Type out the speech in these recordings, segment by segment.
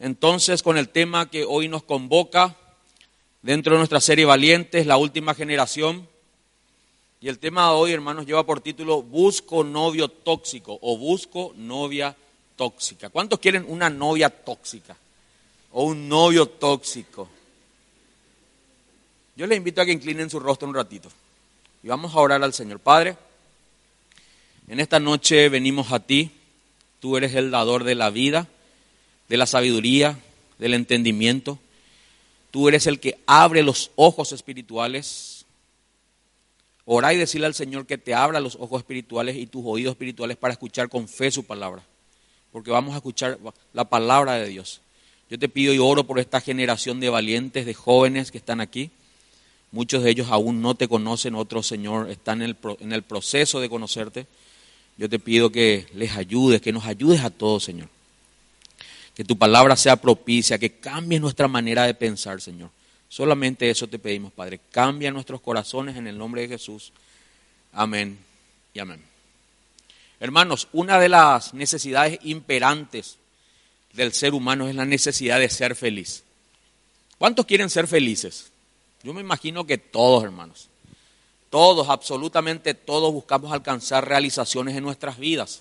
Entonces, con el tema que hoy nos convoca dentro de nuestra serie Valientes, la última generación. Y el tema de hoy, hermanos, lleva por título Busco novio tóxico o busco novia tóxica. ¿Cuántos quieren una novia tóxica o un novio tóxico? Yo les invito a que inclinen su rostro un ratito y vamos a orar al Señor. Padre, en esta noche venimos a ti. Tú eres el dador de la vida, de la sabiduría, del entendimiento. Tú eres el que abre los ojos espirituales. Orá y decirle al Señor que te abra los ojos espirituales y tus oídos espirituales para escuchar con fe su palabra. Porque vamos a escuchar la palabra de Dios. Yo te pido y oro por esta generación de valientes, de jóvenes que están aquí. Muchos de ellos aún no te conocen, otros, Señor, están en el proceso de conocerte. Yo te pido que les ayudes, que nos ayudes a todos, Señor. Que tu palabra sea propicia, que cambies nuestra manera de pensar, Señor. Solamente eso te pedimos, Padre. Cambia nuestros corazones en el nombre de Jesús. Amén y amén. Hermanos, una de las necesidades imperantes del ser humano es la necesidad de ser feliz. ¿Cuántos quieren ser felices? Yo me imagino que todos, hermanos. Todos, absolutamente todos buscamos alcanzar realizaciones en nuestras vidas.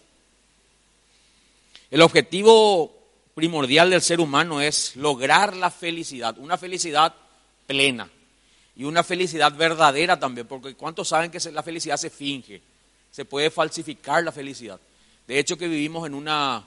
El objetivo primordial del ser humano es lograr la felicidad, una felicidad plena y una felicidad verdadera también, porque ¿cuántos saben que la felicidad se finge? Se puede falsificar la felicidad. De hecho que vivimos en una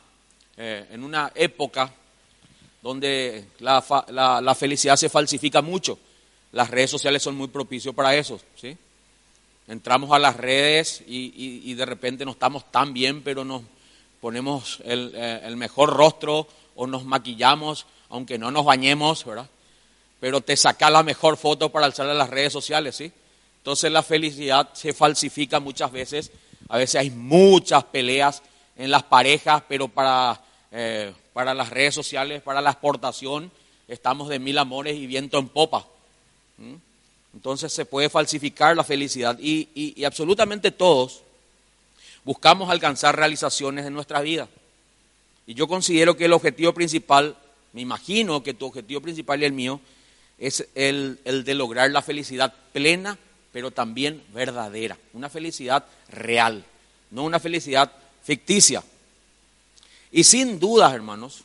época donde la felicidad se falsifica mucho. Las redes sociales son muy propicios para eso, ¿sí? Entramos a las redes y de repente no estamos tan bien, pero nos ponemos el mejor rostro o nos maquillamos, aunque no nos bañemos, ¿verdad? Pero te saca la mejor foto para alzarla a las redes sociales, ¿sí? Entonces la felicidad se falsifica muchas veces. A veces hay muchas peleas en las parejas, pero para las redes sociales, para la exportación, estamos de mil amores y viento en popa. Entonces se puede falsificar la felicidad y absolutamente todos buscamos alcanzar realizaciones en nuestra vida. Y yo considero que el objetivo principal, me imagino que tu objetivo principal y el mío, es el de lograr la felicidad plena, pero también verdadera. Una felicidad real, no una felicidad ficticia. Y sin dudas, hermanos,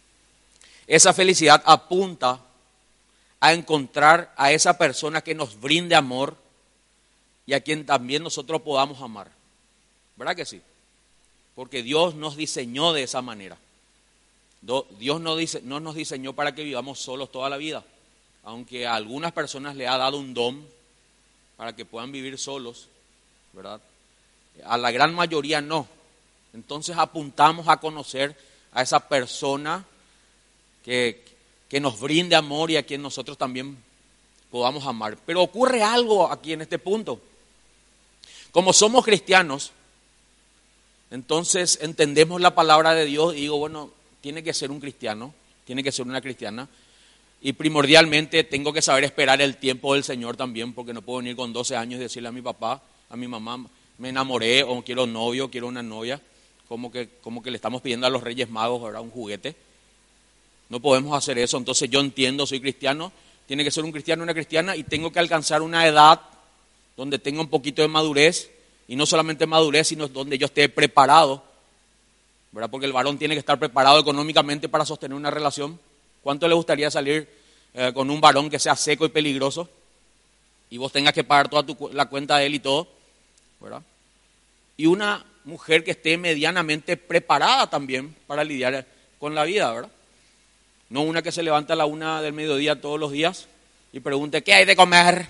esa felicidad apunta a encontrar a esa persona que nos brinde amor y a quien también nosotros podamos amar. ¿Verdad que sí? Porque Dios nos diseñó de esa manera. Dios no nos diseñó para que vivamos solos toda la vida. Aunque a algunas personas le ha dado un don para que puedan vivir solos, ¿verdad? A la gran mayoría no. Entonces apuntamos a conocer a esa persona que nos brinde amor y a quien nosotros también podamos amar. Pero ocurre algo aquí en este punto. Como somos cristianos, entonces entendemos la palabra de Dios y digo, bueno, tiene que ser un cristiano, tiene que ser una cristiana. Y primordialmente tengo que saber esperar el tiempo del Señor también, porque no puedo venir con 12 años y decirle a mi papá, a mi mamá, me enamoré o quiero un novio, quiero una novia, como que le estamos pidiendo a los Reyes Magos, ¿verdad? Un juguete. No podemos hacer eso. Entonces yo entiendo, soy cristiano, tiene que ser un cristiano o una cristiana y tengo que alcanzar una edad donde tenga un poquito de madurez, y no solamente madurez, sino donde yo esté preparado, ¿verdad? Porque el varón tiene que estar preparado económicamente para sostener una relación. ¿Cuánto le gustaría salir con un varón que sea seco y peligroso y vos tengas que pagar toda la cuenta de él y todo, ¿verdad? Y una mujer que esté medianamente preparada también para lidiar con la vida, ¿verdad? No una que se levanta a la 1 del mediodía todos los días y pregunte ¿qué hay de comer?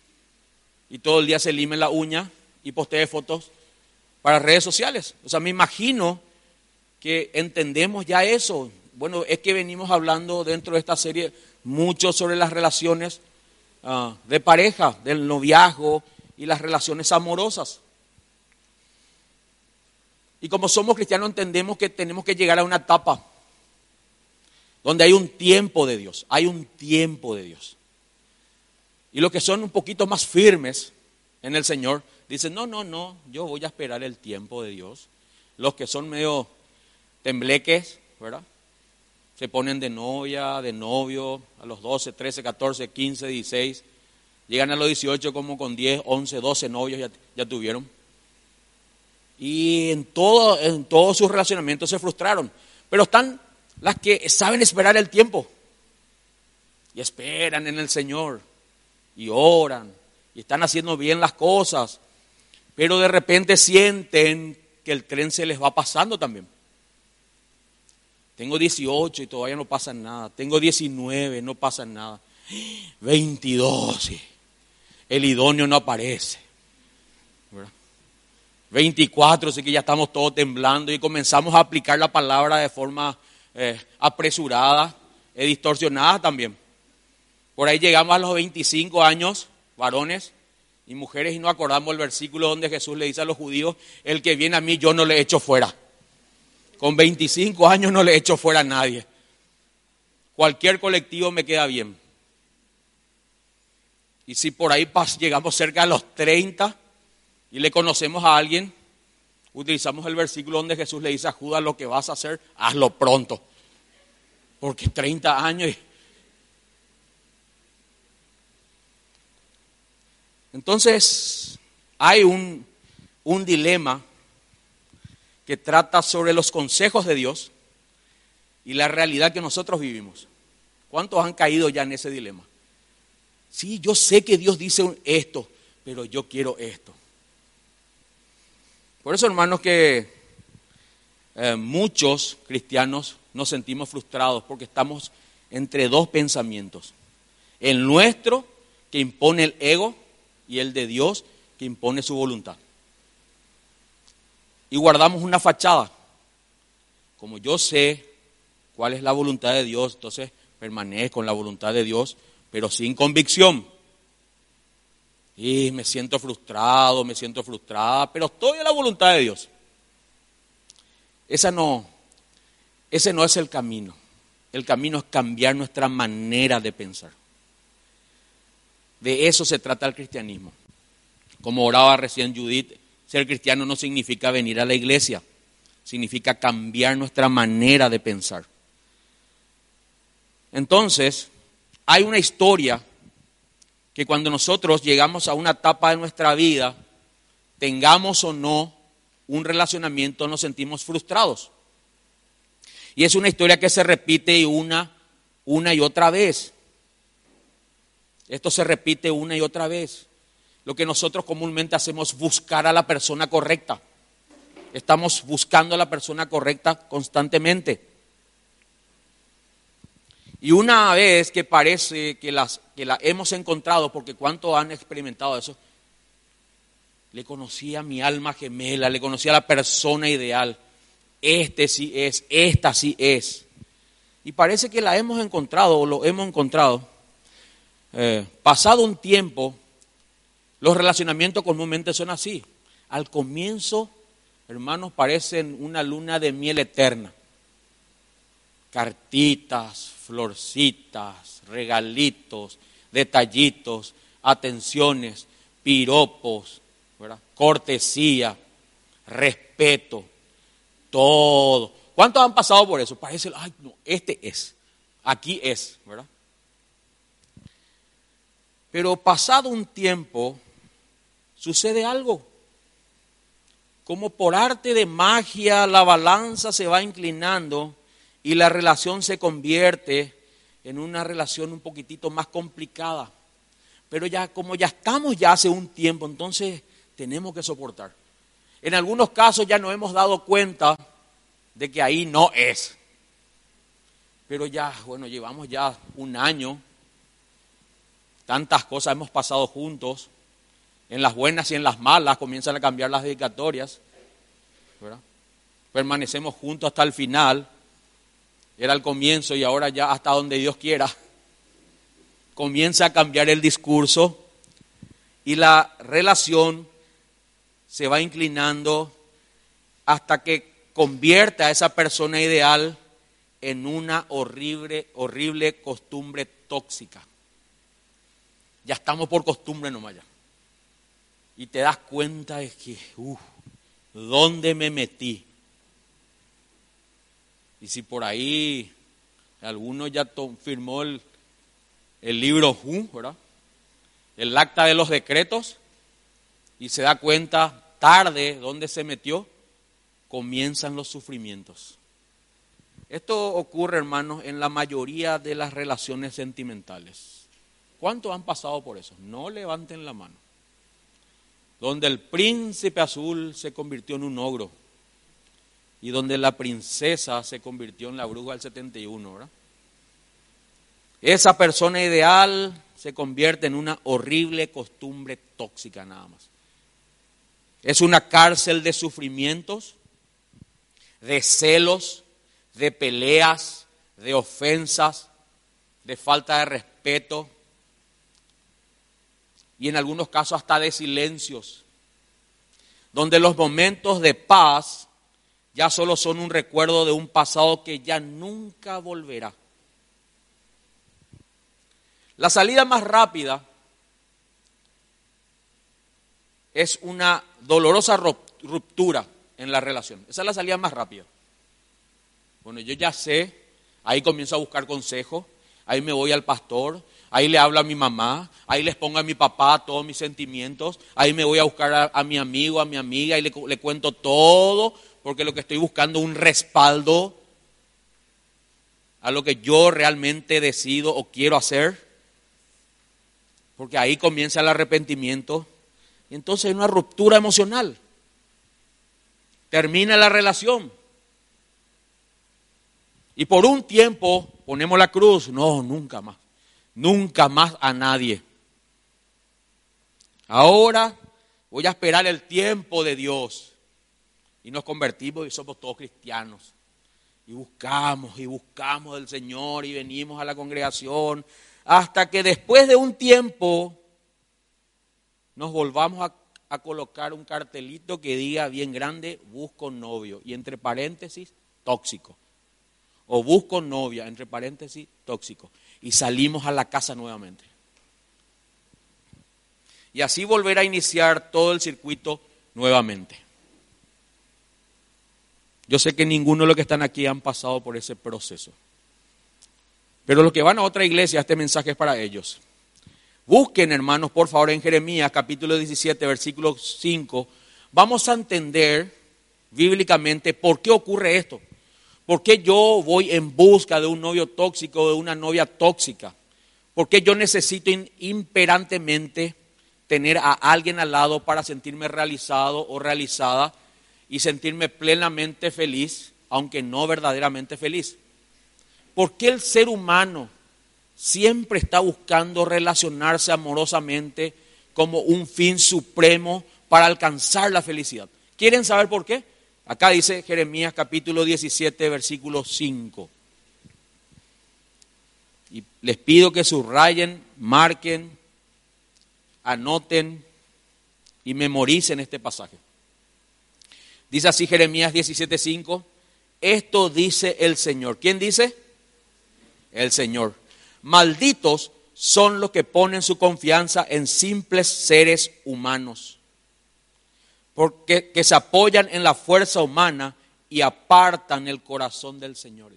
Y todo el día se lime la uña y postee fotos para redes sociales. O sea, me imagino que entendemos ya eso. Bueno, es que venimos hablando dentro de esta serie mucho sobre las relaciones de pareja, del noviazgo y las relaciones amorosas. Y como somos cristianos entendemos que tenemos que llegar a una etapa donde hay un tiempo de Dios, hay un tiempo de Dios. Y los que son un poquito más firmes en el Señor dicen, no, yo voy a esperar el tiempo de Dios. Los que son medio tembleques, ¿verdad? Se ponen de novia, de novio, a los 12, 13, 14, 15, 16. Llegan a los 18 como con 10, 11, 12 novios ya tuvieron. Y en todos sus relacionamientos se frustraron. Pero están las que saben esperar el tiempo. Y esperan en el Señor. Y oran. Y están haciendo bien las cosas. Pero de repente sienten que el tren se les va pasando también. Tengo 18 y todavía no pasa nada. Tengo 19, no pasa nada. 22, sí. El idóneo no aparece. ¿Verdad? 24, sí que ya estamos todos temblando y comenzamos a aplicar la palabra de forma apresurada, distorsionada también. Por ahí llegamos a los 25 años, varones y mujeres, y no acordamos el versículo donde Jesús le dice a los judíos: el que viene a mí yo no le echo fuera. Con 25 años no le echo fuera a nadie. Cualquier colectivo me queda bien. Y si por ahí llegamos cerca de los 30 y le conocemos a alguien, utilizamos el versículo donde Jesús le dice a Judas: lo que vas a hacer, hazlo pronto. Porque 30 años. Entonces, hay un dilema que trata sobre los consejos de Dios y la realidad que nosotros vivimos. ¿Cuántos han caído ya en ese dilema? Sí, yo sé que Dios dice esto, pero yo quiero esto. Por eso, hermanos, que muchos cristianos nos sentimos frustrados porque estamos entre dos pensamientos. El nuestro, que impone el ego, y el de Dios, que impone su voluntad. Y guardamos una fachada. Como yo sé cuál es la voluntad de Dios, entonces permanezco en la voluntad de Dios, pero sin convicción. Y me siento frustrado, me siento frustrada, pero estoy en la voluntad de Dios. Ese no es el camino. El camino es cambiar nuestra manera de pensar. De eso se trata el cristianismo. Como oraba recién Judith, ser cristiano no significa venir a la iglesia, significa cambiar nuestra manera de pensar. Entonces, hay una historia que cuando nosotros llegamos a una etapa de nuestra vida, tengamos o no un relacionamiento, nos sentimos frustrados. Y es una historia que se repite una y otra vez. Esto se repite una y otra vez. Lo que nosotros comúnmente hacemos es buscar a la persona correcta. Estamos buscando a la persona correcta constantemente. Y una vez que parece que la hemos encontrado, porque ¿cuántos han experimentado eso? Le conocí a mi alma gemela, le conocí a la persona ideal. Este sí es, esta sí es. Y parece que la hemos encontrado o lo hemos encontrado. Pasado un tiempo, los relacionamientos comúnmente son así. Al comienzo, hermanos, parecen una luna de miel eterna. Cartitas, florcitas, regalitos, detallitos, atenciones, piropos, ¿verdad? Cortesía, respeto, todo. ¿Cuántos han pasado por eso? Parece, ay, no, este es, aquí es, ¿verdad? Pero pasado un tiempo, sucede algo. Como por arte de magia, la balanza se va inclinando y la relación se convierte en una relación un poquitito más complicada. Pero ya, como ya estamos ya hace un tiempo, entonces tenemos que soportar. En algunos casos ya nos hemos dado cuenta de que ahí no es. Pero ya, bueno, llevamos ya un año. Tantas cosas hemos pasado juntos, en las buenas y en las malas comienzan a cambiar las dedicatorias, ¿verdad? Permanecemos juntos hasta el final, era el comienzo y ahora ya hasta donde Dios quiera. Comienza a cambiar el discurso y la relación se va inclinando hasta que convierte a esa persona ideal en una horrible costumbre tóxica. Ya estamos por costumbre nomás ya. Y te das cuenta de que, ¿dónde me metí? Y si por ahí Algunos ya firmó el libro ¿verdad? El acta de los decretos, y se da cuenta tarde dónde se metió, comienzan los sufrimientos. Esto ocurre, hermanos, en la mayoría de las relaciones sentimentales. ¿Cuántos han pasado por eso? No levanten la mano. Donde el príncipe azul se convirtió en un ogro y donde la princesa se convirtió en la bruja del 71, ¿verdad? Esa persona ideal se convierte en una horrible costumbre tóxica nada más. Es una cárcel de sufrimientos, de celos, de peleas, de ofensas, de falta de respeto y en algunos casos hasta de silencios, donde los momentos de paz ya solo son un recuerdo de un pasado que ya nunca volverá. La salida más rápida es una dolorosa ruptura en la relación. Esa es la salida más rápida. Bueno, yo ya sé, ahí comienzo a buscar consejo, ahí me voy al pastor, ahí le hablo a mi mamá, ahí les pongo a mi papá todos mis sentimientos, ahí me voy a buscar a mi amigo, a mi amiga y le cuento todo, porque lo que estoy buscando es un respaldo a lo que yo realmente decido o quiero hacer, porque ahí comienza el arrepentimiento y entonces hay una ruptura emocional. Termina la relación. Y por un tiempo ponemos la cruz. No, nunca más. Nunca más a nadie. Ahora voy a esperar el tiempo de Dios. Y nos convertimos y somos todos cristianos. Y buscamos del Señor y venimos a la congregación. Hasta que después de un tiempo nos volvamos a colocar un cartelito que diga bien grande, busco novio. Y entre paréntesis, tóxico. O busco novia, entre paréntesis, tóxico. Y salimos a la casa nuevamente. Y así volver a iniciar todo el circuito nuevamente. Yo sé que ninguno de los que están aquí han pasado por ese proceso. Pero los que van a otra iglesia, este mensaje es para ellos. Busquen, hermanos, por favor, en Jeremías capítulo 17, versículo 5. Vamos a entender bíblicamente por qué ocurre esto. ¿Por qué yo voy en busca de un novio tóxico o de una novia tóxica? ¿Por qué yo necesito imperantemente tener a alguien al lado para sentirme realizado o realizada y sentirme plenamente feliz, aunque no verdaderamente feliz? ¿Por qué el ser humano siempre está buscando relacionarse amorosamente como un fin supremo para alcanzar la felicidad? ¿Quieren saber por qué? Acá dice Jeremías capítulo 17, versículo 5. Y les pido que subrayen, marquen, anoten y memoricen este pasaje. Dice así Jeremías 17, 5. Esto dice el Señor. ¿Quién dice? El Señor. Malditos son los que ponen su confianza en simples seres humanos, porque que se apoyan en la fuerza humana y apartan el corazón del Señor.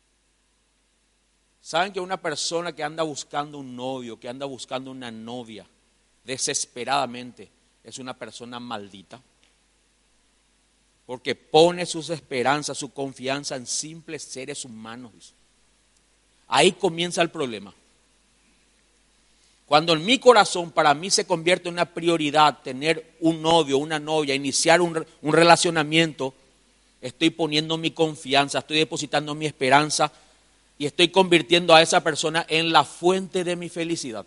¿Saben que una persona que anda buscando un novio, que anda buscando una novia desesperadamente, es una persona maldita? Porque pone sus esperanzas, su confianza en simples seres humanos. Ahí comienza el problema. Cuando en mi corazón para mí se convierte en una prioridad tener un novio, una novia, iniciar un relacionamiento, estoy poniendo mi confianza, estoy depositando mi esperanza y estoy convirtiendo a esa persona en la fuente de mi felicidad.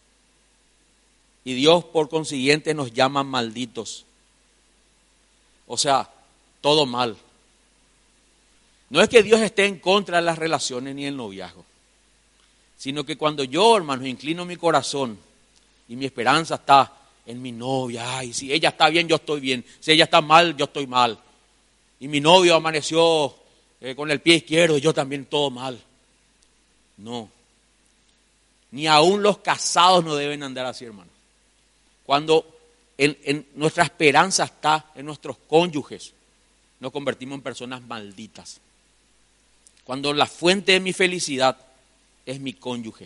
Y Dios por consiguiente nos llama malditos. O sea, todo mal. No es que Dios esté en contra de las relaciones ni el noviazgo, sino que cuando yo, hermanos, inclino mi corazón y mi esperanza está en mi novia, ay, si ella está bien, yo estoy bien, si ella está mal, yo estoy mal, y mi novio amaneció con el pie izquierdo y yo también todo mal. No, ni aún los casados no deben andar así, hermanos. Cuando en nuestra esperanza está en nuestros cónyuges, nos convertimos en personas malditas. Cuando la fuente de mi felicidad es mi cónyuge.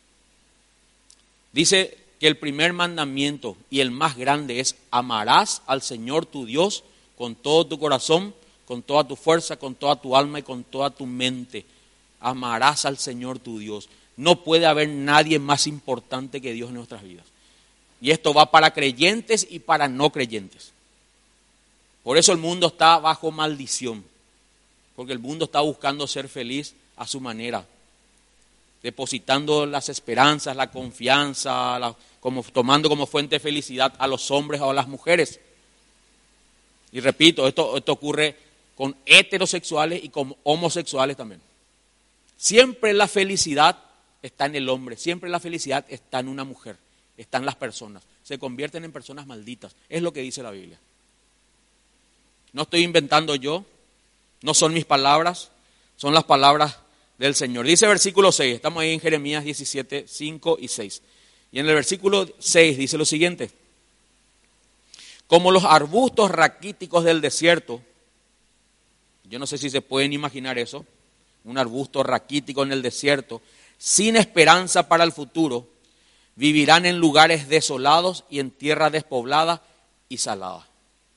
Dice que el primer mandamiento y el más grande es: amarás al Señor tu Dios con todo tu corazón, con toda tu fuerza, con toda tu alma y con toda tu mente. Amarás al Señor tu Dios. No puede haber nadie más importante que Dios en nuestras vidas. Y esto va para creyentes y para no creyentes. Por eso el mundo está bajo maldición. Porque el mundo está buscando ser feliz a su manera, depositando las esperanzas, la confianza, tomando como fuente de felicidad a los hombres o a las mujeres. Y repito, esto ocurre con heterosexuales y con homosexuales también. Siempre la felicidad está en el hombre, siempre la felicidad está en una mujer, está en las personas. Se convierten en personas malditas, es lo que dice la Biblia. No estoy inventando yo, no son mis palabras, son las palabras del Señor. Dice versículo 6, estamos ahí en Jeremías 17, 5 y 6. Y en el versículo 6 dice lo siguiente: como los arbustos raquíticos del desierto, yo no sé si se pueden imaginar eso, un arbusto raquítico en el desierto, sin esperanza para el futuro, vivirán en lugares desolados y en tierra despoblada y salada.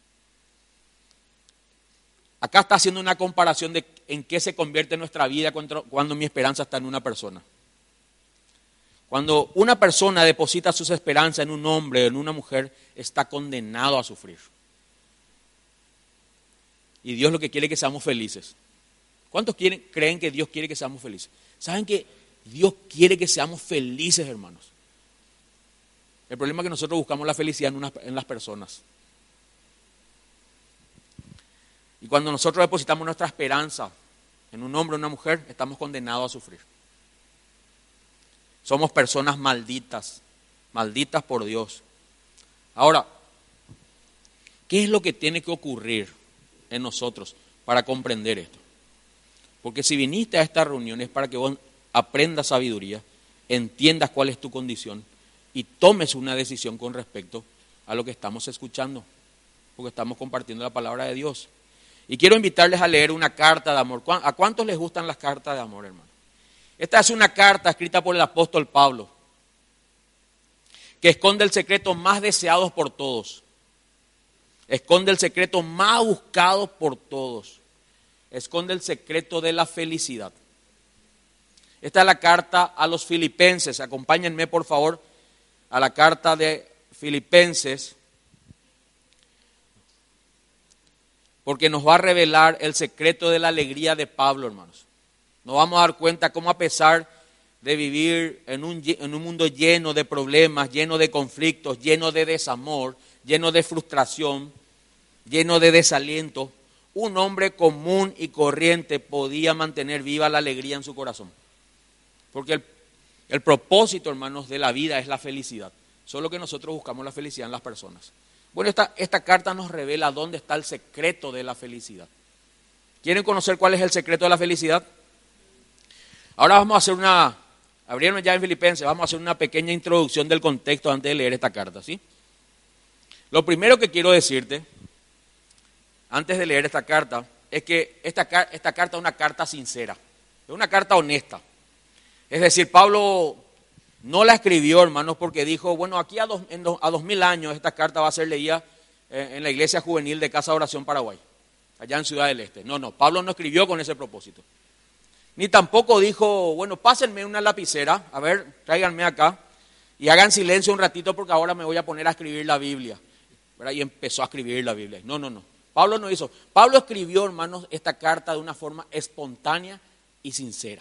Acá está haciendo una comparación de en qué se convierte nuestra vida cuando mi esperanza está en una persona. Cuando una persona deposita sus esperanzas en un hombre o en una mujer, está condenado a sufrir. Y Dios lo que quiere es que seamos felices. ¿Cuántos creen que Dios quiere que seamos felices? ¿Saben que Dios quiere que seamos felices, hermanos? El problema es que nosotros buscamos la felicidad en las personas. Y cuando nosotros depositamos nuestra esperanza en un hombre o una mujer, estamos condenados a sufrir. Somos personas malditas, malditas por Dios. Ahora, ¿qué es lo que tiene que ocurrir en nosotros para comprender esto? Porque si viniste a esta reunión es para que vos aprendas sabiduría, entiendas cuál es tu condición y tomes una decisión con respecto a lo que estamos escuchando, porque estamos compartiendo la palabra de Dios. Y quiero invitarles a leer una carta de amor. ¿A cuántos les gustan las cartas de amor, hermano? Esta es una carta escrita por el apóstol Pablo, que esconde el secreto más deseado por todos. Esconde el secreto más buscado por todos. Esconde el secreto de la felicidad. Esta es la carta a los filipenses. Acompáñenme, por favor, a la carta de Filipenses, porque nos va a revelar el secreto de la alegría de Pablo, hermanos. Nos vamos a dar cuenta cómo, a pesar de vivir en un mundo lleno de problemas, lleno de conflictos, lleno de desamor, lleno de frustración, lleno de desaliento, un hombre común y corriente podía mantener viva la alegría en su corazón. Porque el propósito, hermanos, de la vida es la felicidad. Solo que nosotros buscamos la felicidad en las personas. Bueno, esta carta nos revela dónde está el secreto de la felicidad. ¿Quieren conocer cuál es el secreto de la felicidad? Ahora vamos a hacer abrieron ya en Filipenses, vamos a hacer una pequeña introducción del contexto antes de leer esta carta, ¿sí? Lo primero que quiero decirte, antes de leer esta carta, es que esta carta es una carta sincera, es una carta honesta. Es decir, Pablo no la escribió, hermanos, porque dijo, bueno, aquí a 2000 años esta carta va a ser leída en la iglesia juvenil de Casa de Oración Paraguay, allá en Ciudad del Este. No, Pablo no escribió con ese propósito. Ni tampoco dijo, bueno, pásenme una lapicera, a ver, tráiganme acá y hagan silencio un ratito porque ahora me voy a poner a escribir la Biblia, ¿verdad? Y empezó a escribir la Biblia. No. Pablo no hizo. Pablo escribió, hermanos, esta carta de una forma espontánea y sincera.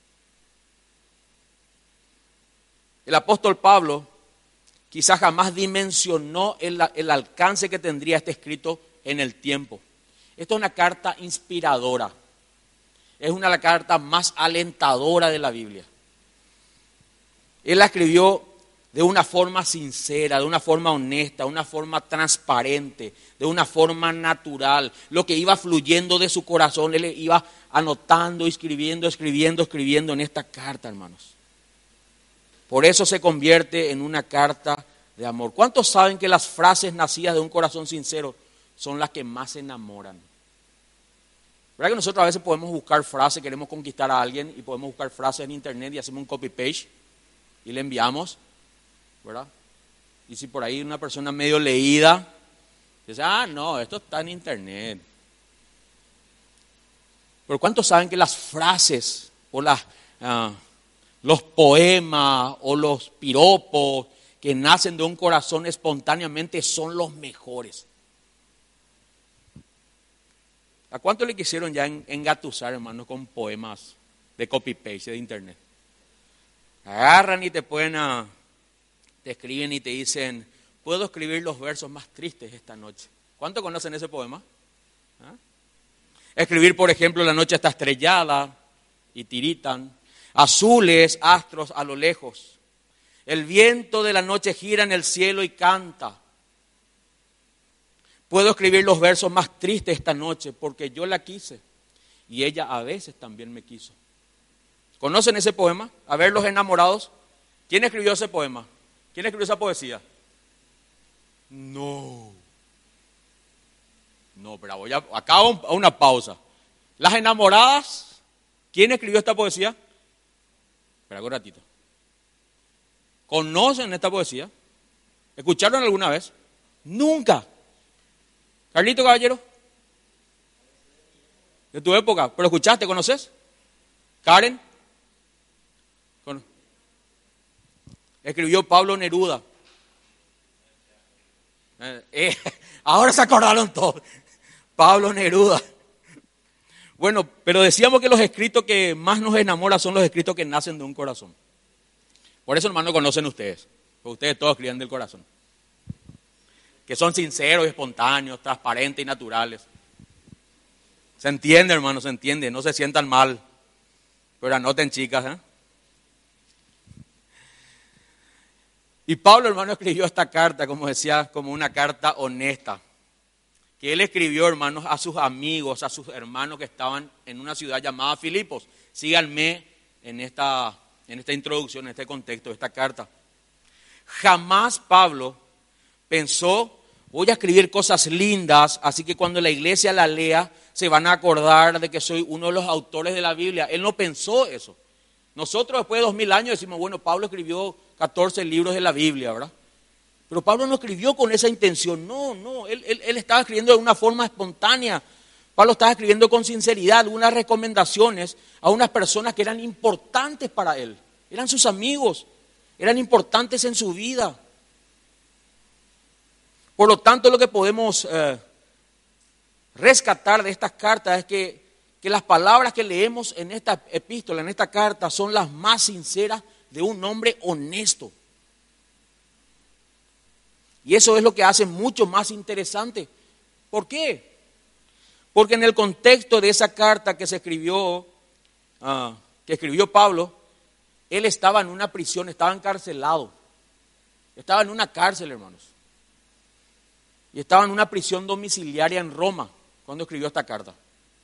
El apóstol Pablo quizás jamás dimensionó el alcance que tendría este escrito en el tiempo. Esta es una carta inspiradora. Es una de las cartas más alentadoras de la Biblia. Él la escribió de una forma sincera, de una forma honesta, de una forma transparente, de una forma natural. Lo que iba fluyendo de su corazón, él iba anotando, escribiendo en esta carta, hermanos. Por eso se convierte en una carta de amor. ¿Cuántos saben que las frases nacidas de un corazón sincero son las que más enamoran? ¿Verdad que nosotros a veces podemos buscar frases, queremos conquistar a alguien y podemos buscar frases en internet y hacemos un copy-paste y le enviamos, ¿verdad? Y si por ahí una persona medio leída dice, no, esto está en internet. Pero ¿cuántos saben que las frases o los poemas o los piropos que nacen de un corazón espontáneamente son los mejores? ¿A cuánto le quisieron ya engatusar, hermano, con poemas de copy-paste de internet? Agarran y te escriben y te dicen, puedo escribir los versos más tristes esta noche. ¿Cuánto conocen ese poema? Escribir, por ejemplo, la noche está estrellada y tiritan, azules astros a lo lejos. El viento de la noche gira en el cielo y canta. Puedo escribir los versos más tristes esta noche porque yo la quise y ella a veces también me quiso. ¿Conocen ese poema? A ver, los enamorados. ¿Quién escribió ese poema? ¿Quién escribió esa poesía? No, pero voy acá a una pausa. Las enamoradas, ¿quién escribió esta poesía? Espera un ratito. ¿Conocen esta poesía? ¿Escucharon alguna vez? Nunca. Carlito Caballero, de tu época, pero escuchaste, ¿conoces? Karen, escribió Pablo Neruda. Ahora se acordaron todos. Pablo Neruda. Bueno, pero decíamos que los escritos que más nos enamoran son los escritos que nacen de un corazón. Por eso, hermano, conocen ustedes, porque ustedes todos escriben del corazón. Que son sinceros, espontáneos, transparentes y naturales. Se entiende, hermano, se entiende, no se sientan mal. Pero anoten, chicas, Y Pablo, hermano, escribió esta carta, como decía, como una carta honesta. Que él escribió, hermanos, a sus amigos, a sus hermanos que estaban en una ciudad llamada Filipos. Síganme en esta introducción, en este contexto de esta carta. Jamás Pablo pensó, voy a escribir cosas lindas, así que cuando la iglesia la lea, se van a acordar de que soy uno de los autores de la Biblia. Él no pensó eso. Nosotros después de 2000 años decimos, bueno, Pablo escribió 14 libros de la Biblia, ¿verdad? Pero Pablo no escribió con esa intención, no, él estaba escribiendo de una forma espontánea. Pablo estaba escribiendo con sinceridad unas recomendaciones a unas personas que eran importantes para él. Eran sus amigos, eran importantes en su vida. Por lo tanto, lo que podemos rescatar de estas cartas es que las palabras que leemos en esta epístola, en esta carta, son las más sinceras de un hombre honesto. Y eso es lo que hace mucho más interesante. ¿Por qué? Porque en el contexto de esa carta que escribió Pablo, él estaba en una prisión, estaba encarcelado. Estaba en una cárcel, hermanos. Y estaba en una prisión domiciliaria en Roma cuando escribió esta carta.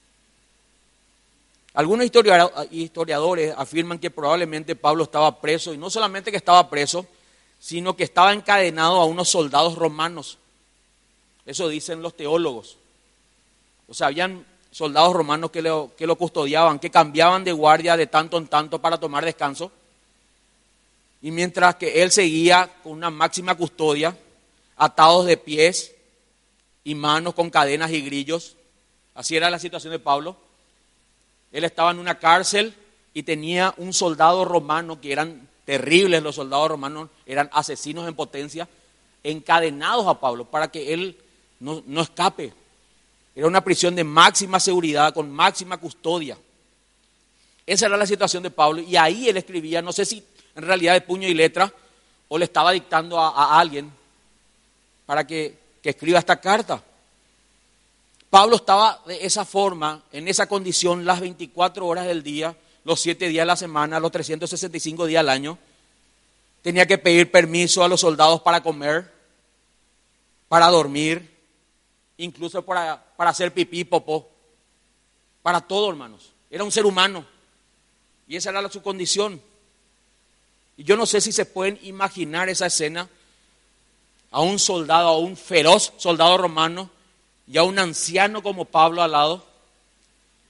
Algunos historiadores afirman que probablemente Pablo estaba preso, y no solamente que estaba preso, sino que estaba encadenado a unos soldados romanos. Eso dicen los teólogos. O sea, habían soldados romanos que lo custodiaban, que cambiaban de guardia de tanto en tanto para tomar descanso. Y mientras que él seguía con una máxima custodia, atados de pies y manos con cadenas y grillos. Así era la situación de Pablo. Él estaba en una cárcel y tenía un soldado romano, que eran terribles los soldados romanos, eran asesinos en potencia, encadenados a Pablo para que él no escape. Era una prisión de máxima seguridad, con máxima custodia. Esa era la situación de Pablo, y ahí él escribía, no sé si en realidad de puño y letra, o le estaba dictando a alguien para que escriba esta carta. Pablo estaba de esa forma, en esa condición, las 24 horas del día, los 7 días de la semana, los 365 días al año. Tenía que pedir permiso a los soldados para comer, para dormir, incluso para hacer pipí, popó, para todo, hermanos. Era un ser humano y esa era su condición. Y yo no sé si se pueden imaginar esa escena, a un soldado, a un feroz soldado romano, y a un anciano como Pablo al lado,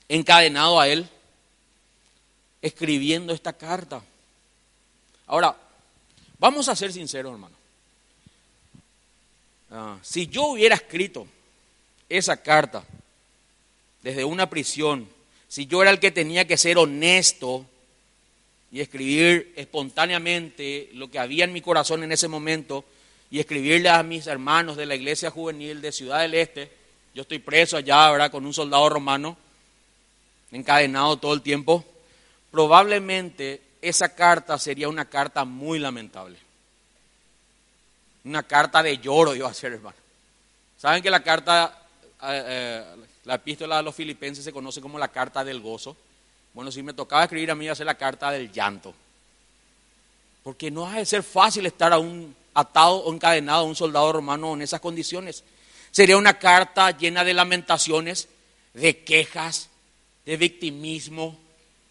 encadenado a él, escribiendo esta carta. Ahora, vamos a ser sinceros, hermano. Si yo hubiera escrito esa carta desde una prisión, si yo era el que tenía que ser honesto y escribir espontáneamente lo que había en mi corazón en ese momento y escribirle a mis hermanos de la iglesia juvenil de Ciudad del Este, yo estoy preso allá, ¿verdad?, con un soldado romano, encadenado todo el tiempo, probablemente esa carta sería una carta muy lamentable. Una carta de lloro iba a ser, hermano. ¿Saben que la carta, la epístola a los filipenses se conoce como la carta del gozo? Bueno, si me tocaba escribir a mí iba a ser la carta del llanto. Porque no ha de ser fácil estar atado o encadenado a un soldado romano en esas condiciones. Sería una carta llena de lamentaciones, de quejas, de victimismo.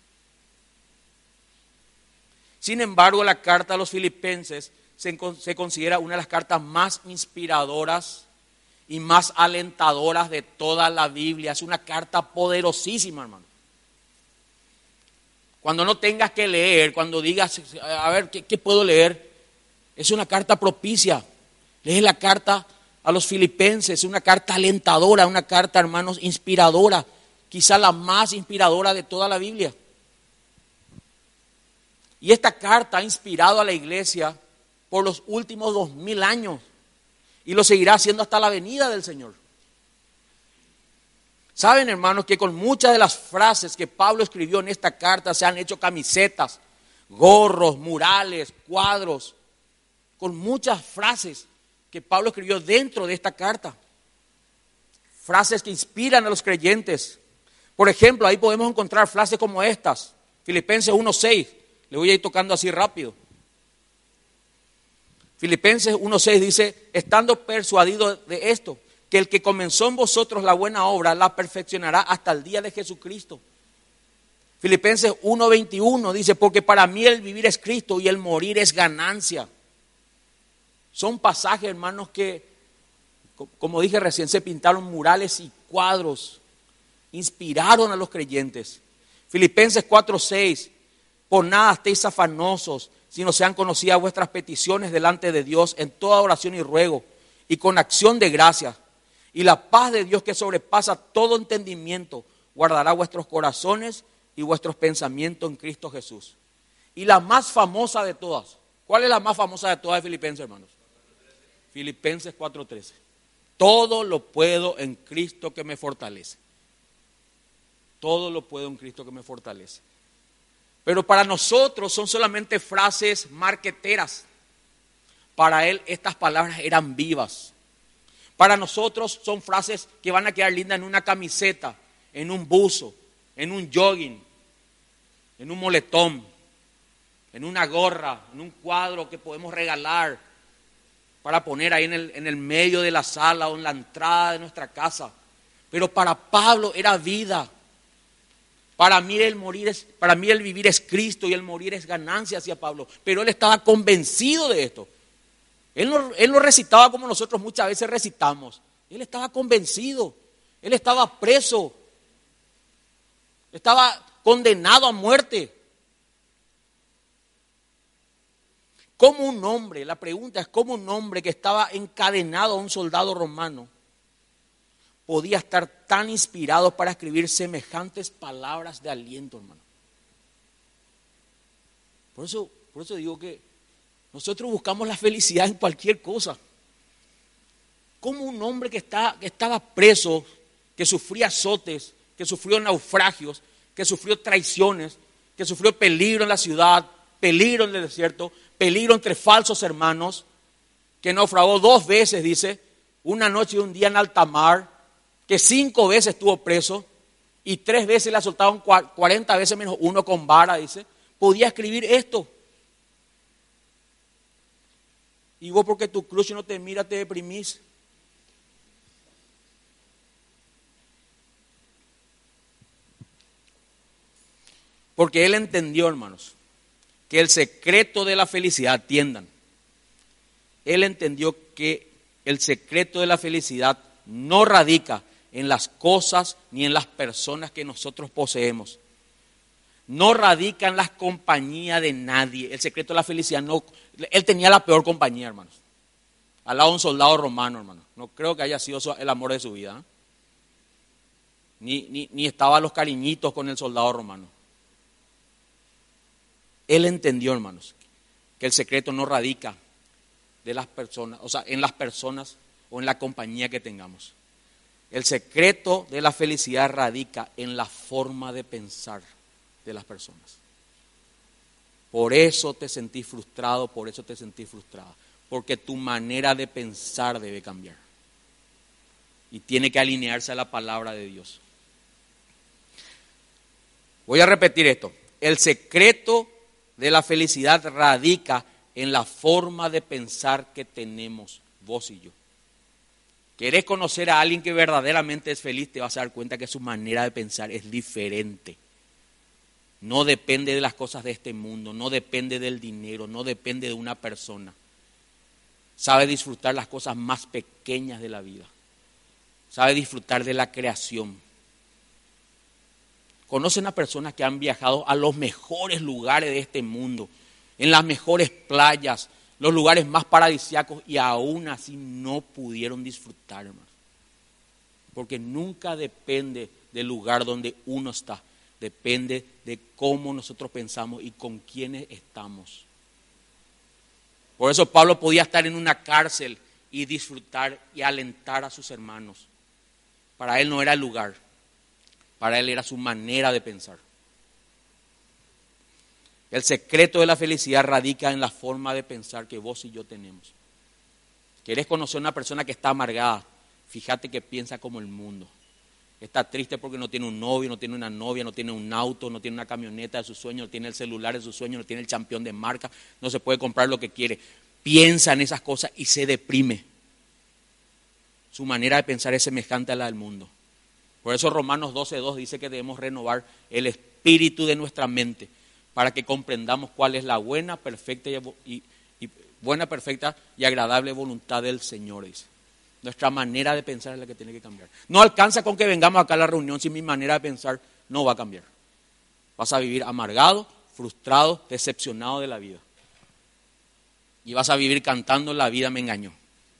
Sin embargo, la carta a los filipenses se considera una de las cartas más inspiradoras y más alentadoras de toda la Biblia. Es una carta poderosísima, hermano. Cuando no tengas que leer, cuando digas, a ver, ¿qué puedo leer? Es una carta propicia. Lees la carta a los filipenses, una carta alentadora, una carta, hermanos, inspiradora. Quizá la más inspiradora de toda la Biblia. Y esta carta ha inspirado a la iglesia por los últimos 2000 años y lo seguirá haciendo hasta la venida del Señor. Saben, hermanos, que con muchas de las frases que Pablo escribió en esta carta se han hecho camisetas, gorros, murales, cuadros, con muchas frases que Pablo escribió dentro de esta carta. Frases que inspiran a los creyentes. Por ejemplo, ahí podemos encontrar frases como estas, Filipenses 1:6, le voy a ir tocando así rápido. Filipenses 1:6 dice, estando persuadido de esto, que el que comenzó en vosotros la buena obra la perfeccionará hasta el día de Jesucristo. Filipenses 1:21 dice, porque para mí el vivir es Cristo y el morir es ganancia. Son pasajes, hermanos, que, como dije recién, se pintaron murales y cuadros, inspiraron a los creyentes. Filipenses 4:6, por nada estéis afanosos, sino sean conocidas vuestras peticiones delante de Dios en toda oración y ruego, y con acción de gracias. Y la paz de Dios que sobrepasa todo entendimiento, guardará vuestros corazones y vuestros pensamientos en Cristo Jesús. Y la más famosa de todas, ¿cuál es la más famosa de todas de Filipenses, hermanos? Filipenses 4:13. Todo lo puedo en Cristo que me fortalece. Todo lo puedo en Cristo que me fortalece. Pero para nosotros son solamente frases marqueteras. Para él estas palabras eran vivas. Para nosotros son frases que van a quedar lindas en una camiseta, en un buzo, en un jogging, en un moletón, en una gorra, en un cuadro que podemos regalar para poner ahí en el medio de la sala o en la entrada de nuestra casa. Pero para Pablo era vida. Para mí el vivir es Cristo y el morir es ganancia, decía Pablo. Pero él estaba convencido de esto. Él no recitaba como nosotros muchas veces recitamos. Él estaba convencido. Él estaba preso. Estaba condenado a muerte. ¿Cómo un hombre, la pregunta es, cómo un hombre que estaba encadenado a un soldado romano podía estar tan inspirado para escribir semejantes palabras de aliento, hermano? Por eso digo que nosotros buscamos la felicidad en cualquier cosa. Como un hombre que estaba preso, que sufría azotes, que sufrió naufragios, que sufrió traiciones, que sufrió peligro en la ciudad, peligro en el desierto, peligro entre falsos hermanos, que naufragó 2 veces, dice, una noche y un día en alta mar, que 5 veces estuvo preso y 3 veces le azotaron 40 veces menos 1 con vara, dice, podía escribir esto. Y vos porque tu crush no te mira te deprimís. Porque él entendió, hermanos, que el secreto de la felicidad, atiendan, él entendió que el secreto de la felicidad no radica en las cosas ni en las personas que nosotros poseemos. No radica en la compañía de nadie. El secreto de la felicidad no. Él tenía la peor compañía, hermanos. Al lado de un soldado romano, hermano. No creo que haya sido el amor de su vida. Ni estaba a los cariñitos con el soldado romano. Él entendió, hermanos, que el secreto no radica de las personas, o sea, en las personas o en la compañía que tengamos. El secreto de la felicidad radica en la forma de pensar de las personas. Por eso te sentís frustrado, por eso te sentís frustrada. Porque tu manera de pensar debe cambiar. Y tiene que alinearse a la palabra de Dios. Voy a repetir esto. El secreto de la felicidad radica en la forma de pensar que tenemos vos y yo. ¿Querés conocer a alguien que verdaderamente es feliz? Te vas a dar cuenta que su manera de pensar es diferente. No depende de las cosas de este mundo, no depende del dinero, no depende de una persona. Sabe disfrutar las cosas más pequeñas de la vida. Sabe disfrutar de la creación. Conocen a personas que han viajado a los mejores lugares de este mundo, en las mejores playas, los lugares más paradisíacos, y aún así no pudieron disfrutar, hermanos. Porque nunca depende del lugar donde uno está. Depende de cómo nosotros pensamos y con quiénes estamos. Por eso Pablo podía estar en una cárcel y disfrutar y alentar a sus hermanos. Para él no era el lugar, para él era su manera de pensar. El secreto de la felicidad radica en la forma de pensar que vos y yo tenemos. ¿Querés conocer a una persona que está amargada? Fíjate que piensa como el mundo. Está triste porque no tiene un novio, no tiene una novia, no tiene un auto, no tiene una camioneta de sus sueños, no tiene el celular de sus sueños, no tiene el campeón de marca, no se puede comprar lo que quiere. Piensa en esas cosas y se deprime. Su manera de pensar es semejante a la del mundo. Por eso Romanos 12:2 dice que debemos renovar el espíritu de nuestra mente para que comprendamos cuál es la buena, perfecta y agradable voluntad del Señor, dice. Nuestra manera de pensar es la que tiene que cambiar. No alcanza con que vengamos acá a la reunión si mi manera de pensar no va a cambiar. Vas a vivir amargado, frustrado, decepcionado de la vida. Y vas a vivir cantando "La vida me engañó".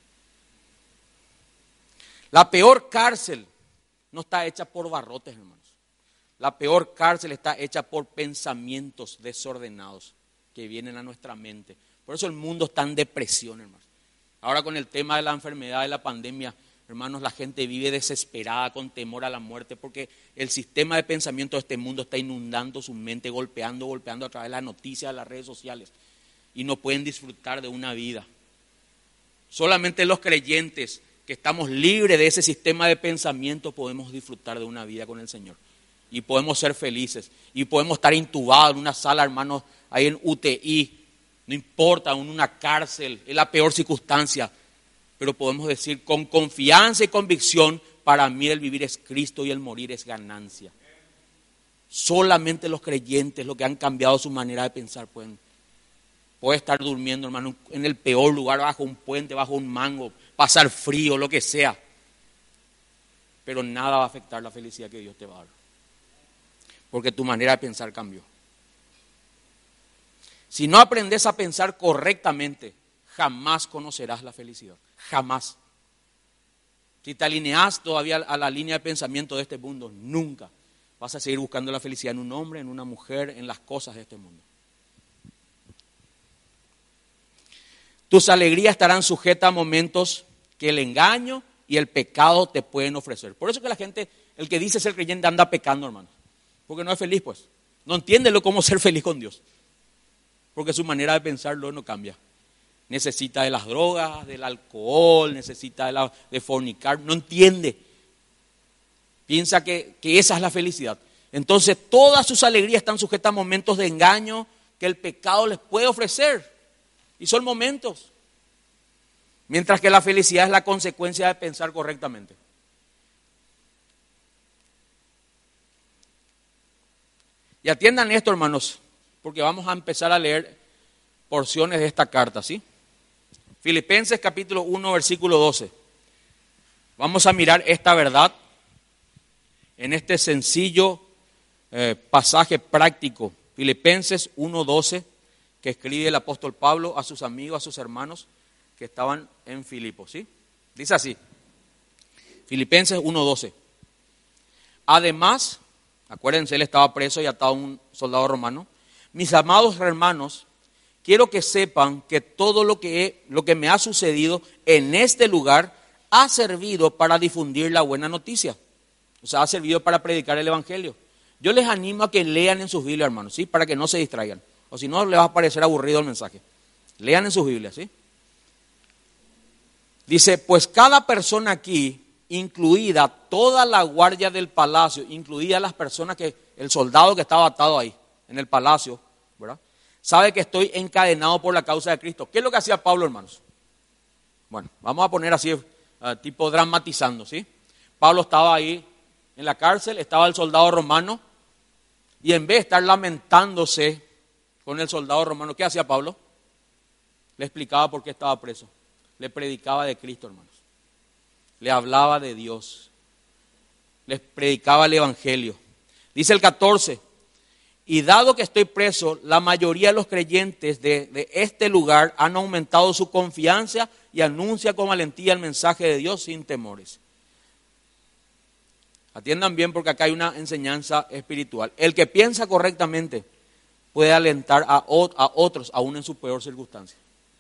La peor cárcel no está hecha por barrotes, hermanos. La peor cárcel está hecha por pensamientos desordenados que vienen a nuestra mente. Por eso el mundo está en depresión, hermanos. Ahora con el tema de la enfermedad, de la pandemia, hermanos, la gente vive desesperada, con temor a la muerte, porque el sistema de pensamiento de este mundo está inundando su mente, golpeando a través de las noticias, de las redes sociales, y no pueden disfrutar de una vida. Solamente los creyentes que estamos libres de ese sistema de pensamiento podemos disfrutar de una vida con el Señor. Y podemos ser felices, y podemos estar intubados en una sala, hermanos, ahí en UTI, no importa, en una cárcel, es la peor circunstancia, pero podemos decir con confianza y convicción: para mí el vivir es Cristo y el morir es ganancia. Solamente los creyentes, los que han cambiado su manera de pensar, puede estar durmiendo, hermano, en el peor lugar, bajo un puente, bajo un mango, pasar frío, lo que sea, pero nada va a afectar la felicidad que Dios te va a dar, porque tu manera de pensar cambió. Si no aprendes a pensar correctamente, jamás conocerás la felicidad. Jamás. Si te alineas todavía a la línea de pensamiento de este mundo, nunca vas a seguir buscando la felicidad en un hombre, en una mujer, en las cosas de este mundo. Tus alegrías estarán sujetas a momentos que el engaño y el pecado te pueden ofrecer. Por eso que la gente, el que dice ser creyente, anda pecando, hermano. Porque no es feliz, pues. No entiende cómo ser feliz con Dios. Porque su manera de pensarlo no cambia. Necesita de las drogas, del alcohol, necesita de fornicar, no entiende. Piensa que esa es la felicidad. Entonces todas sus alegrías están sujetas a momentos de engaño que el pecado les puede ofrecer. Y son momentos. Mientras que la felicidad es la consecuencia de pensar correctamente. Y atiendan esto, hermanos, porque vamos a empezar a leer porciones de esta carta, ¿sí? Filipenses capítulo 1, versículo 12. Vamos a mirar esta verdad en este sencillo pasaje práctico, Filipenses 1:12, que escribe el apóstol Pablo a sus amigos, a sus hermanos que estaban en Filipos, ¿sí? Dice así, Filipenses 1:12. Además, acuérdense, él estaba preso y atado a un soldado romano. Mis amados hermanos, quiero que sepan que todo lo que me ha sucedido en este lugar ha servido para difundir la buena noticia. O sea, ha servido para predicar el evangelio. Yo les animo a que lean en sus Biblias, hermanos, ¿sí? Para que no se distraigan. O si no, les va a parecer aburrido el mensaje. Lean en sus Biblias, ¿sí? Dice, pues cada persona aquí, incluida toda la guardia del palacio, incluida las personas el soldado que estaba atado ahí, en el palacio, ¿verdad? Sabe que estoy encadenado por la causa de Cristo. ¿Qué es lo que hacía Pablo, hermanos? Bueno, vamos a poner así, tipo dramatizando, ¿sí? Pablo estaba ahí en la cárcel, estaba el soldado romano, y en vez de estar lamentándose con el soldado romano, ¿qué hacía Pablo? Le explicaba por qué estaba preso. Le predicaba de Cristo, hermanos. Le hablaba de Dios. Les predicaba el evangelio. Dice el 14, y dado que estoy preso, la mayoría de los creyentes de este lugar han aumentado su confianza y anuncia con valentía el mensaje de Dios sin temores. Atiendan bien porque acá hay una enseñanza espiritual. El que piensa correctamente puede alentar a otros aún en su peor circunstancia.